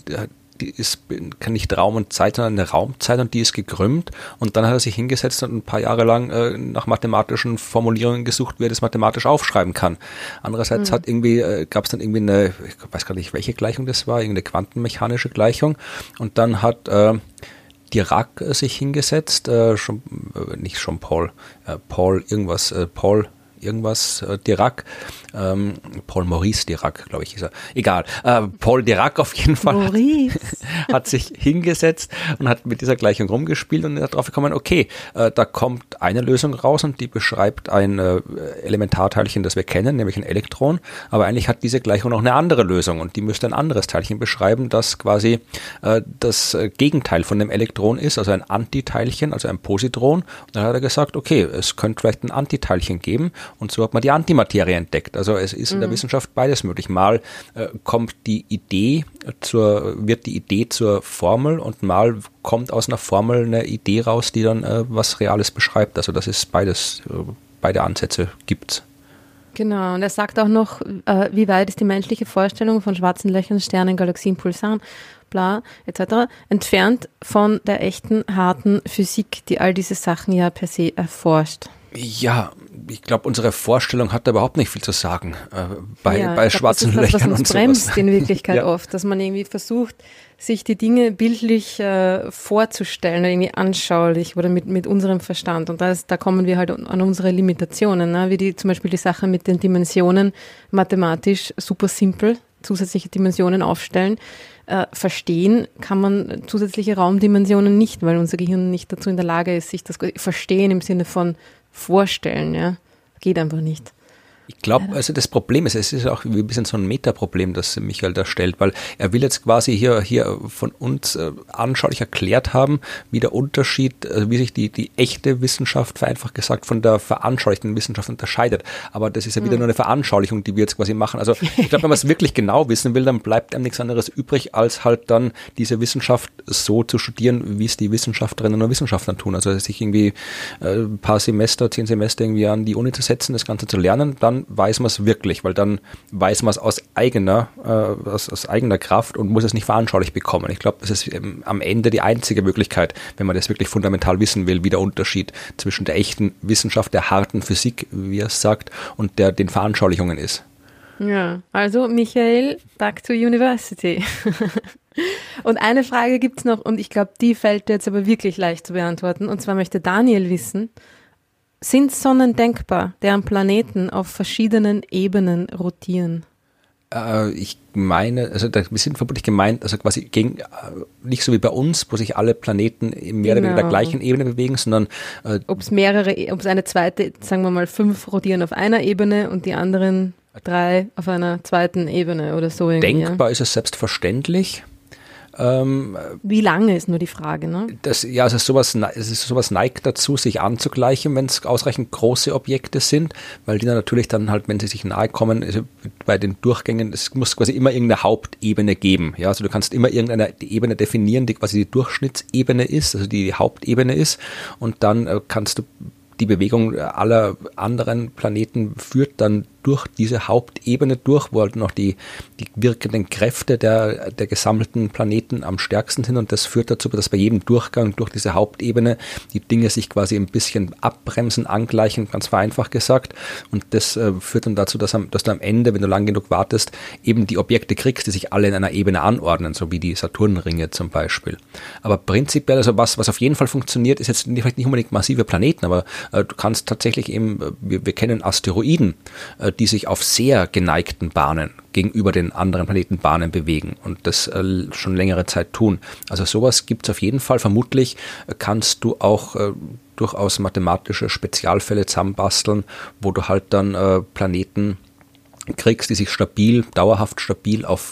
kann nicht Raum und Zeit, sondern eine Raumzeit und die ist gekrümmt und dann hat er sich hingesetzt und ein paar Jahre lang nach mathematischen Formulierungen gesucht, wie er das mathematisch aufschreiben kann. Andererseits gab es dann irgendwie eine, ich weiß gar nicht, welche Gleichung das war, irgendeine quantenmechanische Gleichung und dann hat Dirac sich hingesetzt, nicht Jean-Paul, Paul irgendwas Dirac, Paul Maurice Dirac, glaube ich, ist er. Egal, Paul Dirac auf jeden Fall hat sich hingesetzt und hat mit dieser Gleichung rumgespielt und ist darauf gekommen, okay, da kommt eine Lösung raus und die beschreibt ein Elementarteilchen, das wir kennen, nämlich ein Elektron, aber eigentlich hat diese Gleichung noch eine andere Lösung und die müsste ein anderes Teilchen beschreiben, das quasi das Gegenteil von dem Elektron ist, also ein Antiteilchen, also ein Positron. Und dann hat er gesagt, okay, es könnte vielleicht ein Antiteilchen geben und so hat man die Antimaterie entdeckt. Also es ist in der Wissenschaft beides möglich. Mal wird die Idee zur Formel und mal kommt aus einer Formel eine Idee raus, die dann was Reales beschreibt. Also das ist beides, beide Ansätze gibt's. Genau, und er sagt auch noch, wie weit ist die menschliche Vorstellung von schwarzen Löchern, Sternen, Galaxien, Pulsaren, bla, etc. entfernt von der echten, harten Physik, die all diese Sachen ja per se erforscht. Ja, ich glaube, unsere Vorstellung hat da überhaupt nicht viel zu sagen bei schwarzen Löchern und sowas. Das ist das, was uns bremst in Wirklichkeit oft, dass man irgendwie versucht, sich die Dinge bildlich vorzustellen, irgendwie anschaulich oder mit unserem Verstand. Und da kommen wir halt an unsere Limitationen, ne? Wie zum Beispiel die Sache mit den Dimensionen, mathematisch super simpel, zusätzliche Dimensionen aufstellen. Verstehen kann man zusätzliche Raumdimensionen nicht, weil unser Gehirn nicht dazu in der Lage ist, sich das verstehen im Sinne von vorstellen, ja. Geht einfach nicht. Ich glaube, also das Problem ist, es ist auch ein bisschen so ein Metaproblem, das Michael da stellt, weil er will jetzt quasi hier von uns anschaulich erklärt haben, wie der Unterschied, wie sich die echte Wissenschaft, vereinfacht gesagt, von der veranschaulichten Wissenschaft unterscheidet. Aber das ist ja wieder nur eine Veranschaulichung, die wir jetzt quasi machen. Also ich glaube, wenn man es wirklich genau wissen will, dann bleibt einem nichts anderes übrig, als halt dann diese Wissenschaft so zu studieren, wie es die Wissenschaftlerinnen und Wissenschaftler tun. Also sich irgendwie ein paar Semester, 10 Semester irgendwie an die Uni zu setzen, das Ganze zu lernen, dann weiß man es wirklich, weil dann weiß man es aus eigener Kraft und muss es nicht veranschaulich bekommen. Ich glaube, das ist am Ende die einzige Möglichkeit, wenn man das wirklich fundamental wissen will, wie der Unterschied zwischen der echten Wissenschaft, der harten Physik, wie er es sagt, und den Veranschaulichungen ist. Ja, also Michael, back to university. Und eine Frage gibt es noch und ich glaube, die fällt jetzt aber wirklich leicht zu beantworten. Und zwar möchte Daniel wissen, sind Sonnen denkbar, deren Planeten auf verschiedenen Ebenen rotieren? Ich meine, also wir sind vermutlich gemeint, also quasi nicht so wie bei uns, wo sich alle Planeten mehr oder weniger der gleichen Ebene bewegen, sondern ob es eine zweite, sagen wir mal 5 rotieren auf einer Ebene und die anderen 3 auf einer zweiten Ebene oder so. Denkbar ist es selbstverständlich. Wie lange ist nur die Frage, ne? Also sowas neigt dazu, sich anzugleichen, wenn es ausreichend große Objekte sind, weil die dann natürlich dann halt, wenn sie sich nahe kommen, also bei den Durchgängen, es muss quasi immer irgendeine Hauptebene geben. Ja, also du kannst immer irgendeine Ebene definieren, die quasi die Durchschnittsebene ist, also die Hauptebene ist, und dann kannst du die Bewegung aller anderen Planeten führt dann durch diese Hauptebene durch, wo halt noch die wirkenden Kräfte der gesammelten Planeten am stärksten sind, und das führt dazu, dass bei jedem Durchgang durch diese Hauptebene die Dinge sich quasi ein bisschen abbremsen, angleichen, ganz vereinfacht gesagt, und das führt dann dazu, dass du am Ende, wenn du lang genug wartest, eben die Objekte kriegst, die sich alle in einer Ebene anordnen, so wie die Saturnringe zum Beispiel. Aber prinzipiell, also was auf jeden Fall funktioniert, ist jetzt vielleicht nicht unbedingt massive Planeten, aber du kannst tatsächlich eben, wir kennen Asteroiden, die sich auf sehr geneigten Bahnen gegenüber den anderen Planetenbahnen bewegen und das schon längere Zeit tun. Also sowas gibt es auf jeden Fall. Vermutlich kannst du auch durchaus mathematische Spezialfälle zusammenbasteln, wo du halt dann Planeten kriegst, die sich dauerhaft stabil auf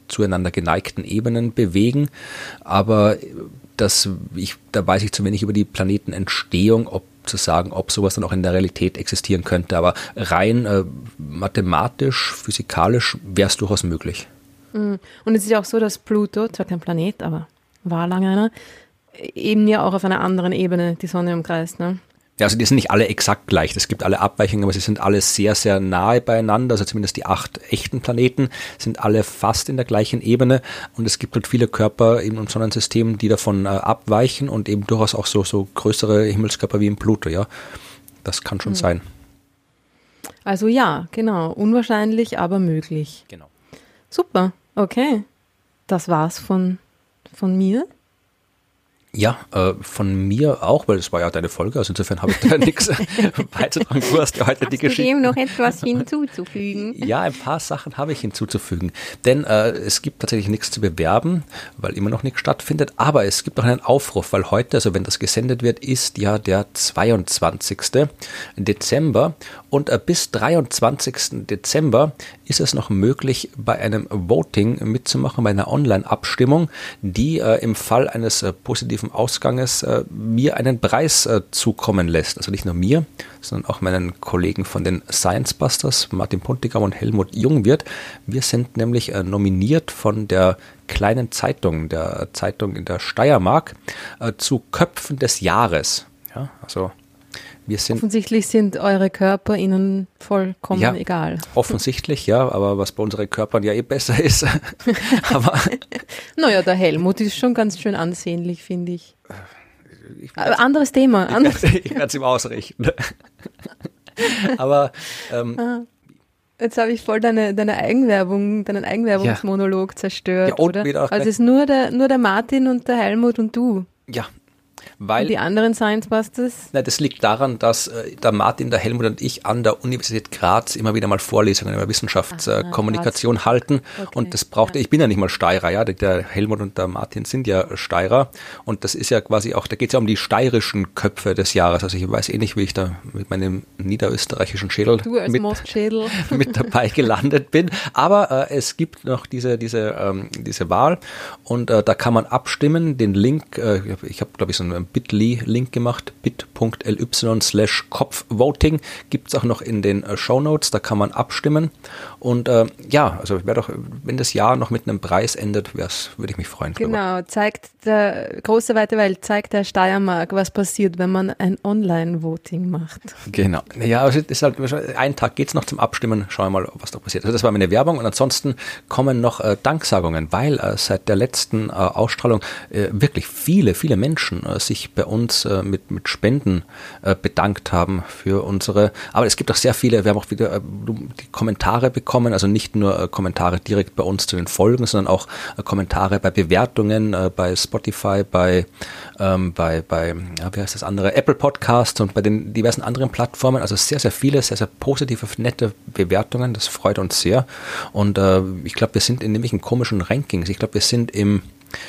zueinander geneigten Ebenen bewegen. Aber da weiß ich zu wenig über die Planetenentstehung, ob sowas dann auch in der Realität existieren könnte. Aber rein mathematisch, physikalisch wäre es durchaus möglich. Und es ist ja auch so, dass Pluto, zwar kein Planet, aber war lange einer, eben ja auch auf einer anderen Ebene die Sonne umkreist, ne? Ja, also die sind nicht alle exakt gleich. Es gibt alle Abweichungen, aber sie sind alle sehr, sehr nahe beieinander. Also zumindest die 8 echten Planeten sind alle fast in der gleichen Ebene. Und es gibt halt viele Körper in unserem Sonnensystem, die davon abweichen und eben durchaus auch so größere Himmelskörper wie im Pluto, ja. Das kann schon sein. Also ja, genau. Unwahrscheinlich, aber möglich. Genau. Super, okay. Das war's von mir. Ja, von mir auch, weil es war ja deine Folge, also insofern habe ich da nichts beizutragen. Du hast ja heute die Geschichte. Dem noch etwas hinzuzufügen? Ja, ein paar Sachen habe ich hinzuzufügen, denn es gibt tatsächlich nichts zu bewerben, weil immer noch nichts stattfindet, aber es gibt noch einen Aufruf, weil heute, also wenn das gesendet wird, ist ja der 22. Dezember und bis 23. Dezember ist es noch möglich, bei einem Voting mitzumachen, bei einer Online-Abstimmung, die im Fall eines positiven Ausganges mir einen Preis zukommen lässt. Also nicht nur mir, sondern auch meinen Kollegen von den Science Busters, Martin Puntigam und Helmut Jungwirth. Wir sind nämlich nominiert von der kleinen Zeitung, der Zeitung in der Steiermark, zu Köpfen des Jahres. Ja, also wir sind offensichtlich sind eure Körper Ihnen vollkommen egal. Offensichtlich, ja, aber was bei unseren Körpern ja besser ist. Aber naja, der Helmut ist schon ganz schön ansehnlich, finde ich. Anderes Thema. Ich werde es ihm ausrichten. Aber jetzt habe ich voll deine Eigenwerbung, deinen Eigenwerbungsmonolog zerstört, ja, und oder? wieder auch also es ist nur der Martin und der Helmut und du. Ja. Weil, und die anderen Science Busters? Na, das liegt daran, dass der Martin, der Helmut und ich an der Universität Graz immer wieder mal Vorlesungen über Wissenschaftskommunikation halten. Okay, und das brauchte, ich bin ja nicht mal Steirer, ja, der Helmut und der Martin sind ja Steirer. Und das ist ja quasi auch, da geht es ja um die steirischen Köpfe des Jahres. Also ich weiß eh nicht, wie ich da mit meinem niederösterreichischen Schädel mit dabei gelandet bin. Aber es gibt noch diese Wahl und da kann man abstimmen. Den Link, ich habe glaube ich so einen Bitly-Link gemacht, bit.ly/Kopfvoting, gibt es auch noch in den Shownotes, da kann man abstimmen und also ich wäre doch, wenn das Jahr noch mit einem Preis endet, würde ich mich freuen. Genau, zeigt der große weite Welt, zeigt der Steiermark, was passiert, wenn man ein Online-Voting macht. Genau, ja, also ist halt, einen Tag geht es noch zum Abstimmen, schauen wir mal, was da passiert. Also das war meine Werbung und ansonsten kommen noch Danksagungen, weil seit der letzten Ausstrahlung wirklich viele Menschen sich bei uns mit Spenden bedankt haben für unsere, aber es gibt auch sehr viele, wir haben auch wieder die Kommentare bekommen, also nicht nur Kommentare direkt bei uns zu den Folgen, sondern auch Kommentare bei Bewertungen, bei Spotify, bei wie heißt das andere, Apple Podcasts und bei den diversen anderen Plattformen, also sehr, sehr viele, sehr, sehr positive, nette Bewertungen, das freut uns sehr und ich glaube, wir sind in nämlich komischen Rankings, ich glaube, wir sind im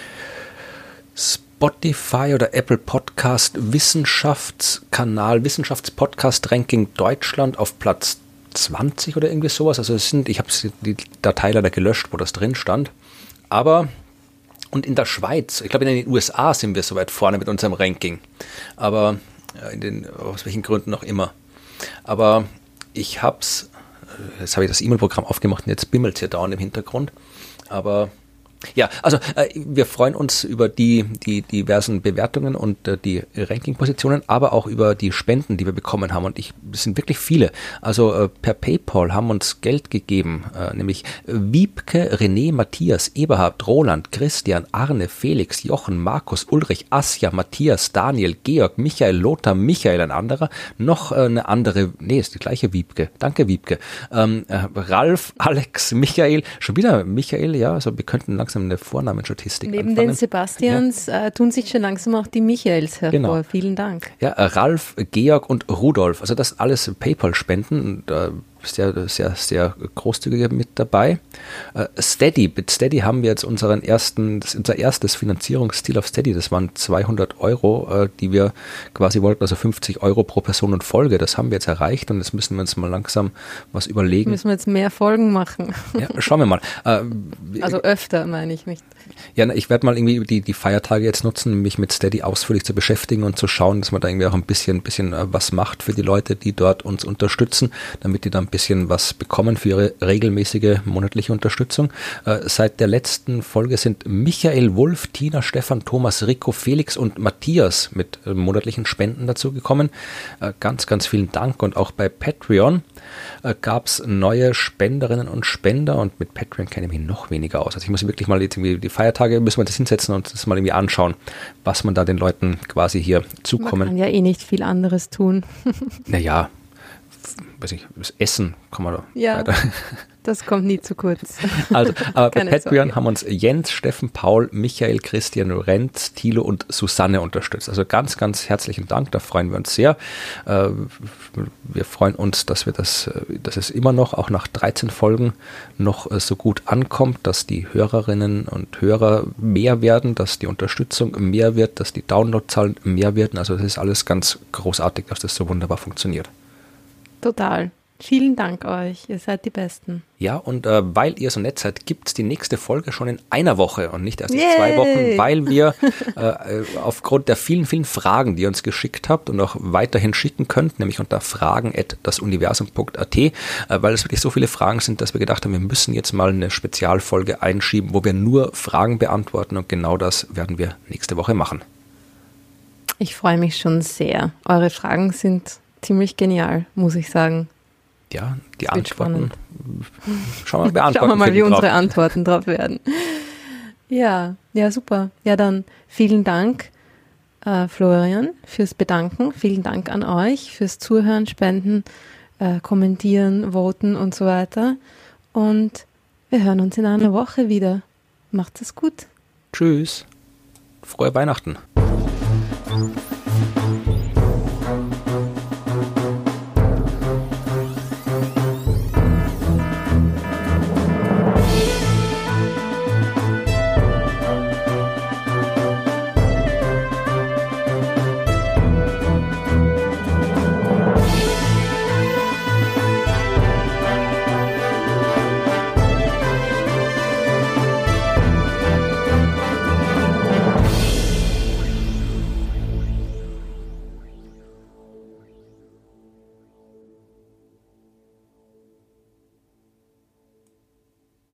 Spotify oder Apple Podcast Wissenschaftspodcast Ranking Deutschland auf Platz 20 oder irgendwie sowas. Also ich habe die Datei leider gelöscht, wo das drin stand. Aber, und in der Schweiz, ich glaube in den USA sind wir so weit vorne mit unserem Ranking. Aber aus welchen Gründen auch immer. Aber jetzt habe ich das E-Mail-Programm aufgemacht und jetzt bimmelt es hier dauernd im Hintergrund. Aber ja, also wir freuen uns über die diversen Bewertungen und die Ranking-Positionen, aber auch über die Spenden, die wir bekommen haben. Und es sind wirklich viele. Also per PayPal haben uns Geld gegeben, nämlich Wiebke, René, Matthias, Eberhard, Roland, Christian, Arne, Felix, Jochen, Markus, Ulrich, Asja, Matthias, Daniel, Georg, Michael, Lothar, Michael, ein anderer, noch eine andere, ist die gleiche Wiebke. Danke, Wiebke. Ralf, Alex, Michael, schon wieder Michael, ja, also wir könnten langsam eine Vornamenstatistik Neben anfangen. den Sebastians tun sich schon langsam auch die Michaels hervor. Genau. Vielen Dank. Ja, Ralf, Georg und Rudolf, also das alles PayPal-Spenden. Und sehr, sehr, sehr großzügige mit dabei. Steady, mit Steady haben wir jetzt unser erstes Finanzierungsziel auf Steady, das waren 200 €, die wir quasi wollten, also 50 € pro Person und Folge, das haben wir jetzt erreicht und jetzt müssen wir uns mal langsam was überlegen. Müssen wir jetzt mehr Folgen machen? Ja, schauen wir mal. Also öfter, meine ich nicht. Ja, ich werde mal irgendwie die Feiertage jetzt nutzen, mich mit Steady ausführlich zu beschäftigen und zu schauen, dass man da irgendwie auch ein bisschen was macht für die Leute, die dort uns unterstützen, damit die da ein bisschen was bekommen für ihre regelmäßige monatliche Unterstützung. Seit der letzten Folge sind Michael Wulff, Tina, Stefan, Thomas, Rico, Felix und Matthias mit monatlichen Spenden dazu gekommen. Ganz, ganz vielen Dank. Und auch bei Patreon gab es neue Spenderinnen und Spender und mit Patreon kenne ich mich noch weniger aus. Also ich muss wirklich mal jetzt irgendwie die Feiertage, müssen wir das hinsetzen und das mal irgendwie anschauen, was man da den Leuten quasi hier zukommen. Man kann ja eh nicht viel anderes tun. Naja, weiß ich, das Essen kann man da weiter. Das kommt nie zu kurz. Also, aber bei Patreon Sorge. haben uns Jens, Steffen, Paul, Michael, Christian, Renz, Thilo und Susanne unterstützt. Also ganz, ganz herzlichen Dank, da freuen wir uns sehr. Wir freuen uns, dass es immer noch, auch nach 13 Folgen, noch so gut ankommt, dass die Hörerinnen und Hörer mehr werden, dass die Unterstützung mehr wird, dass die Downloadzahlen mehr werden. Also das ist alles ganz großartig, dass das so wunderbar funktioniert. Total. Vielen Dank euch, ihr seid die Besten. Ja, und weil ihr so nett seid, gibt es die nächste Folge schon in einer Woche und nicht erst in 2 Wochen, weil wir aufgrund der vielen, vielen Fragen, die ihr uns geschickt habt und auch weiterhin schicken könnt, nämlich unter fragen@dasuniversum.at, weil es wirklich so viele Fragen sind, dass wir gedacht haben, wir müssen jetzt mal eine Spezialfolge einschieben, wo wir nur Fragen beantworten und genau das werden wir nächste Woche machen. Ich freue mich schon sehr. Eure Fragen sind ziemlich genial, muss ich sagen. Ja, die Antworten. Schauen wir mal, wie unsere Antworten drauf werden. Ja, super. Ja, dann vielen Dank, Florian, fürs Bedanken. Vielen Dank an euch fürs Zuhören, Spenden, Kommentieren, Voten und so weiter. Und wir hören uns in einer Woche wieder. Macht es gut. Tschüss. Frohe Weihnachten.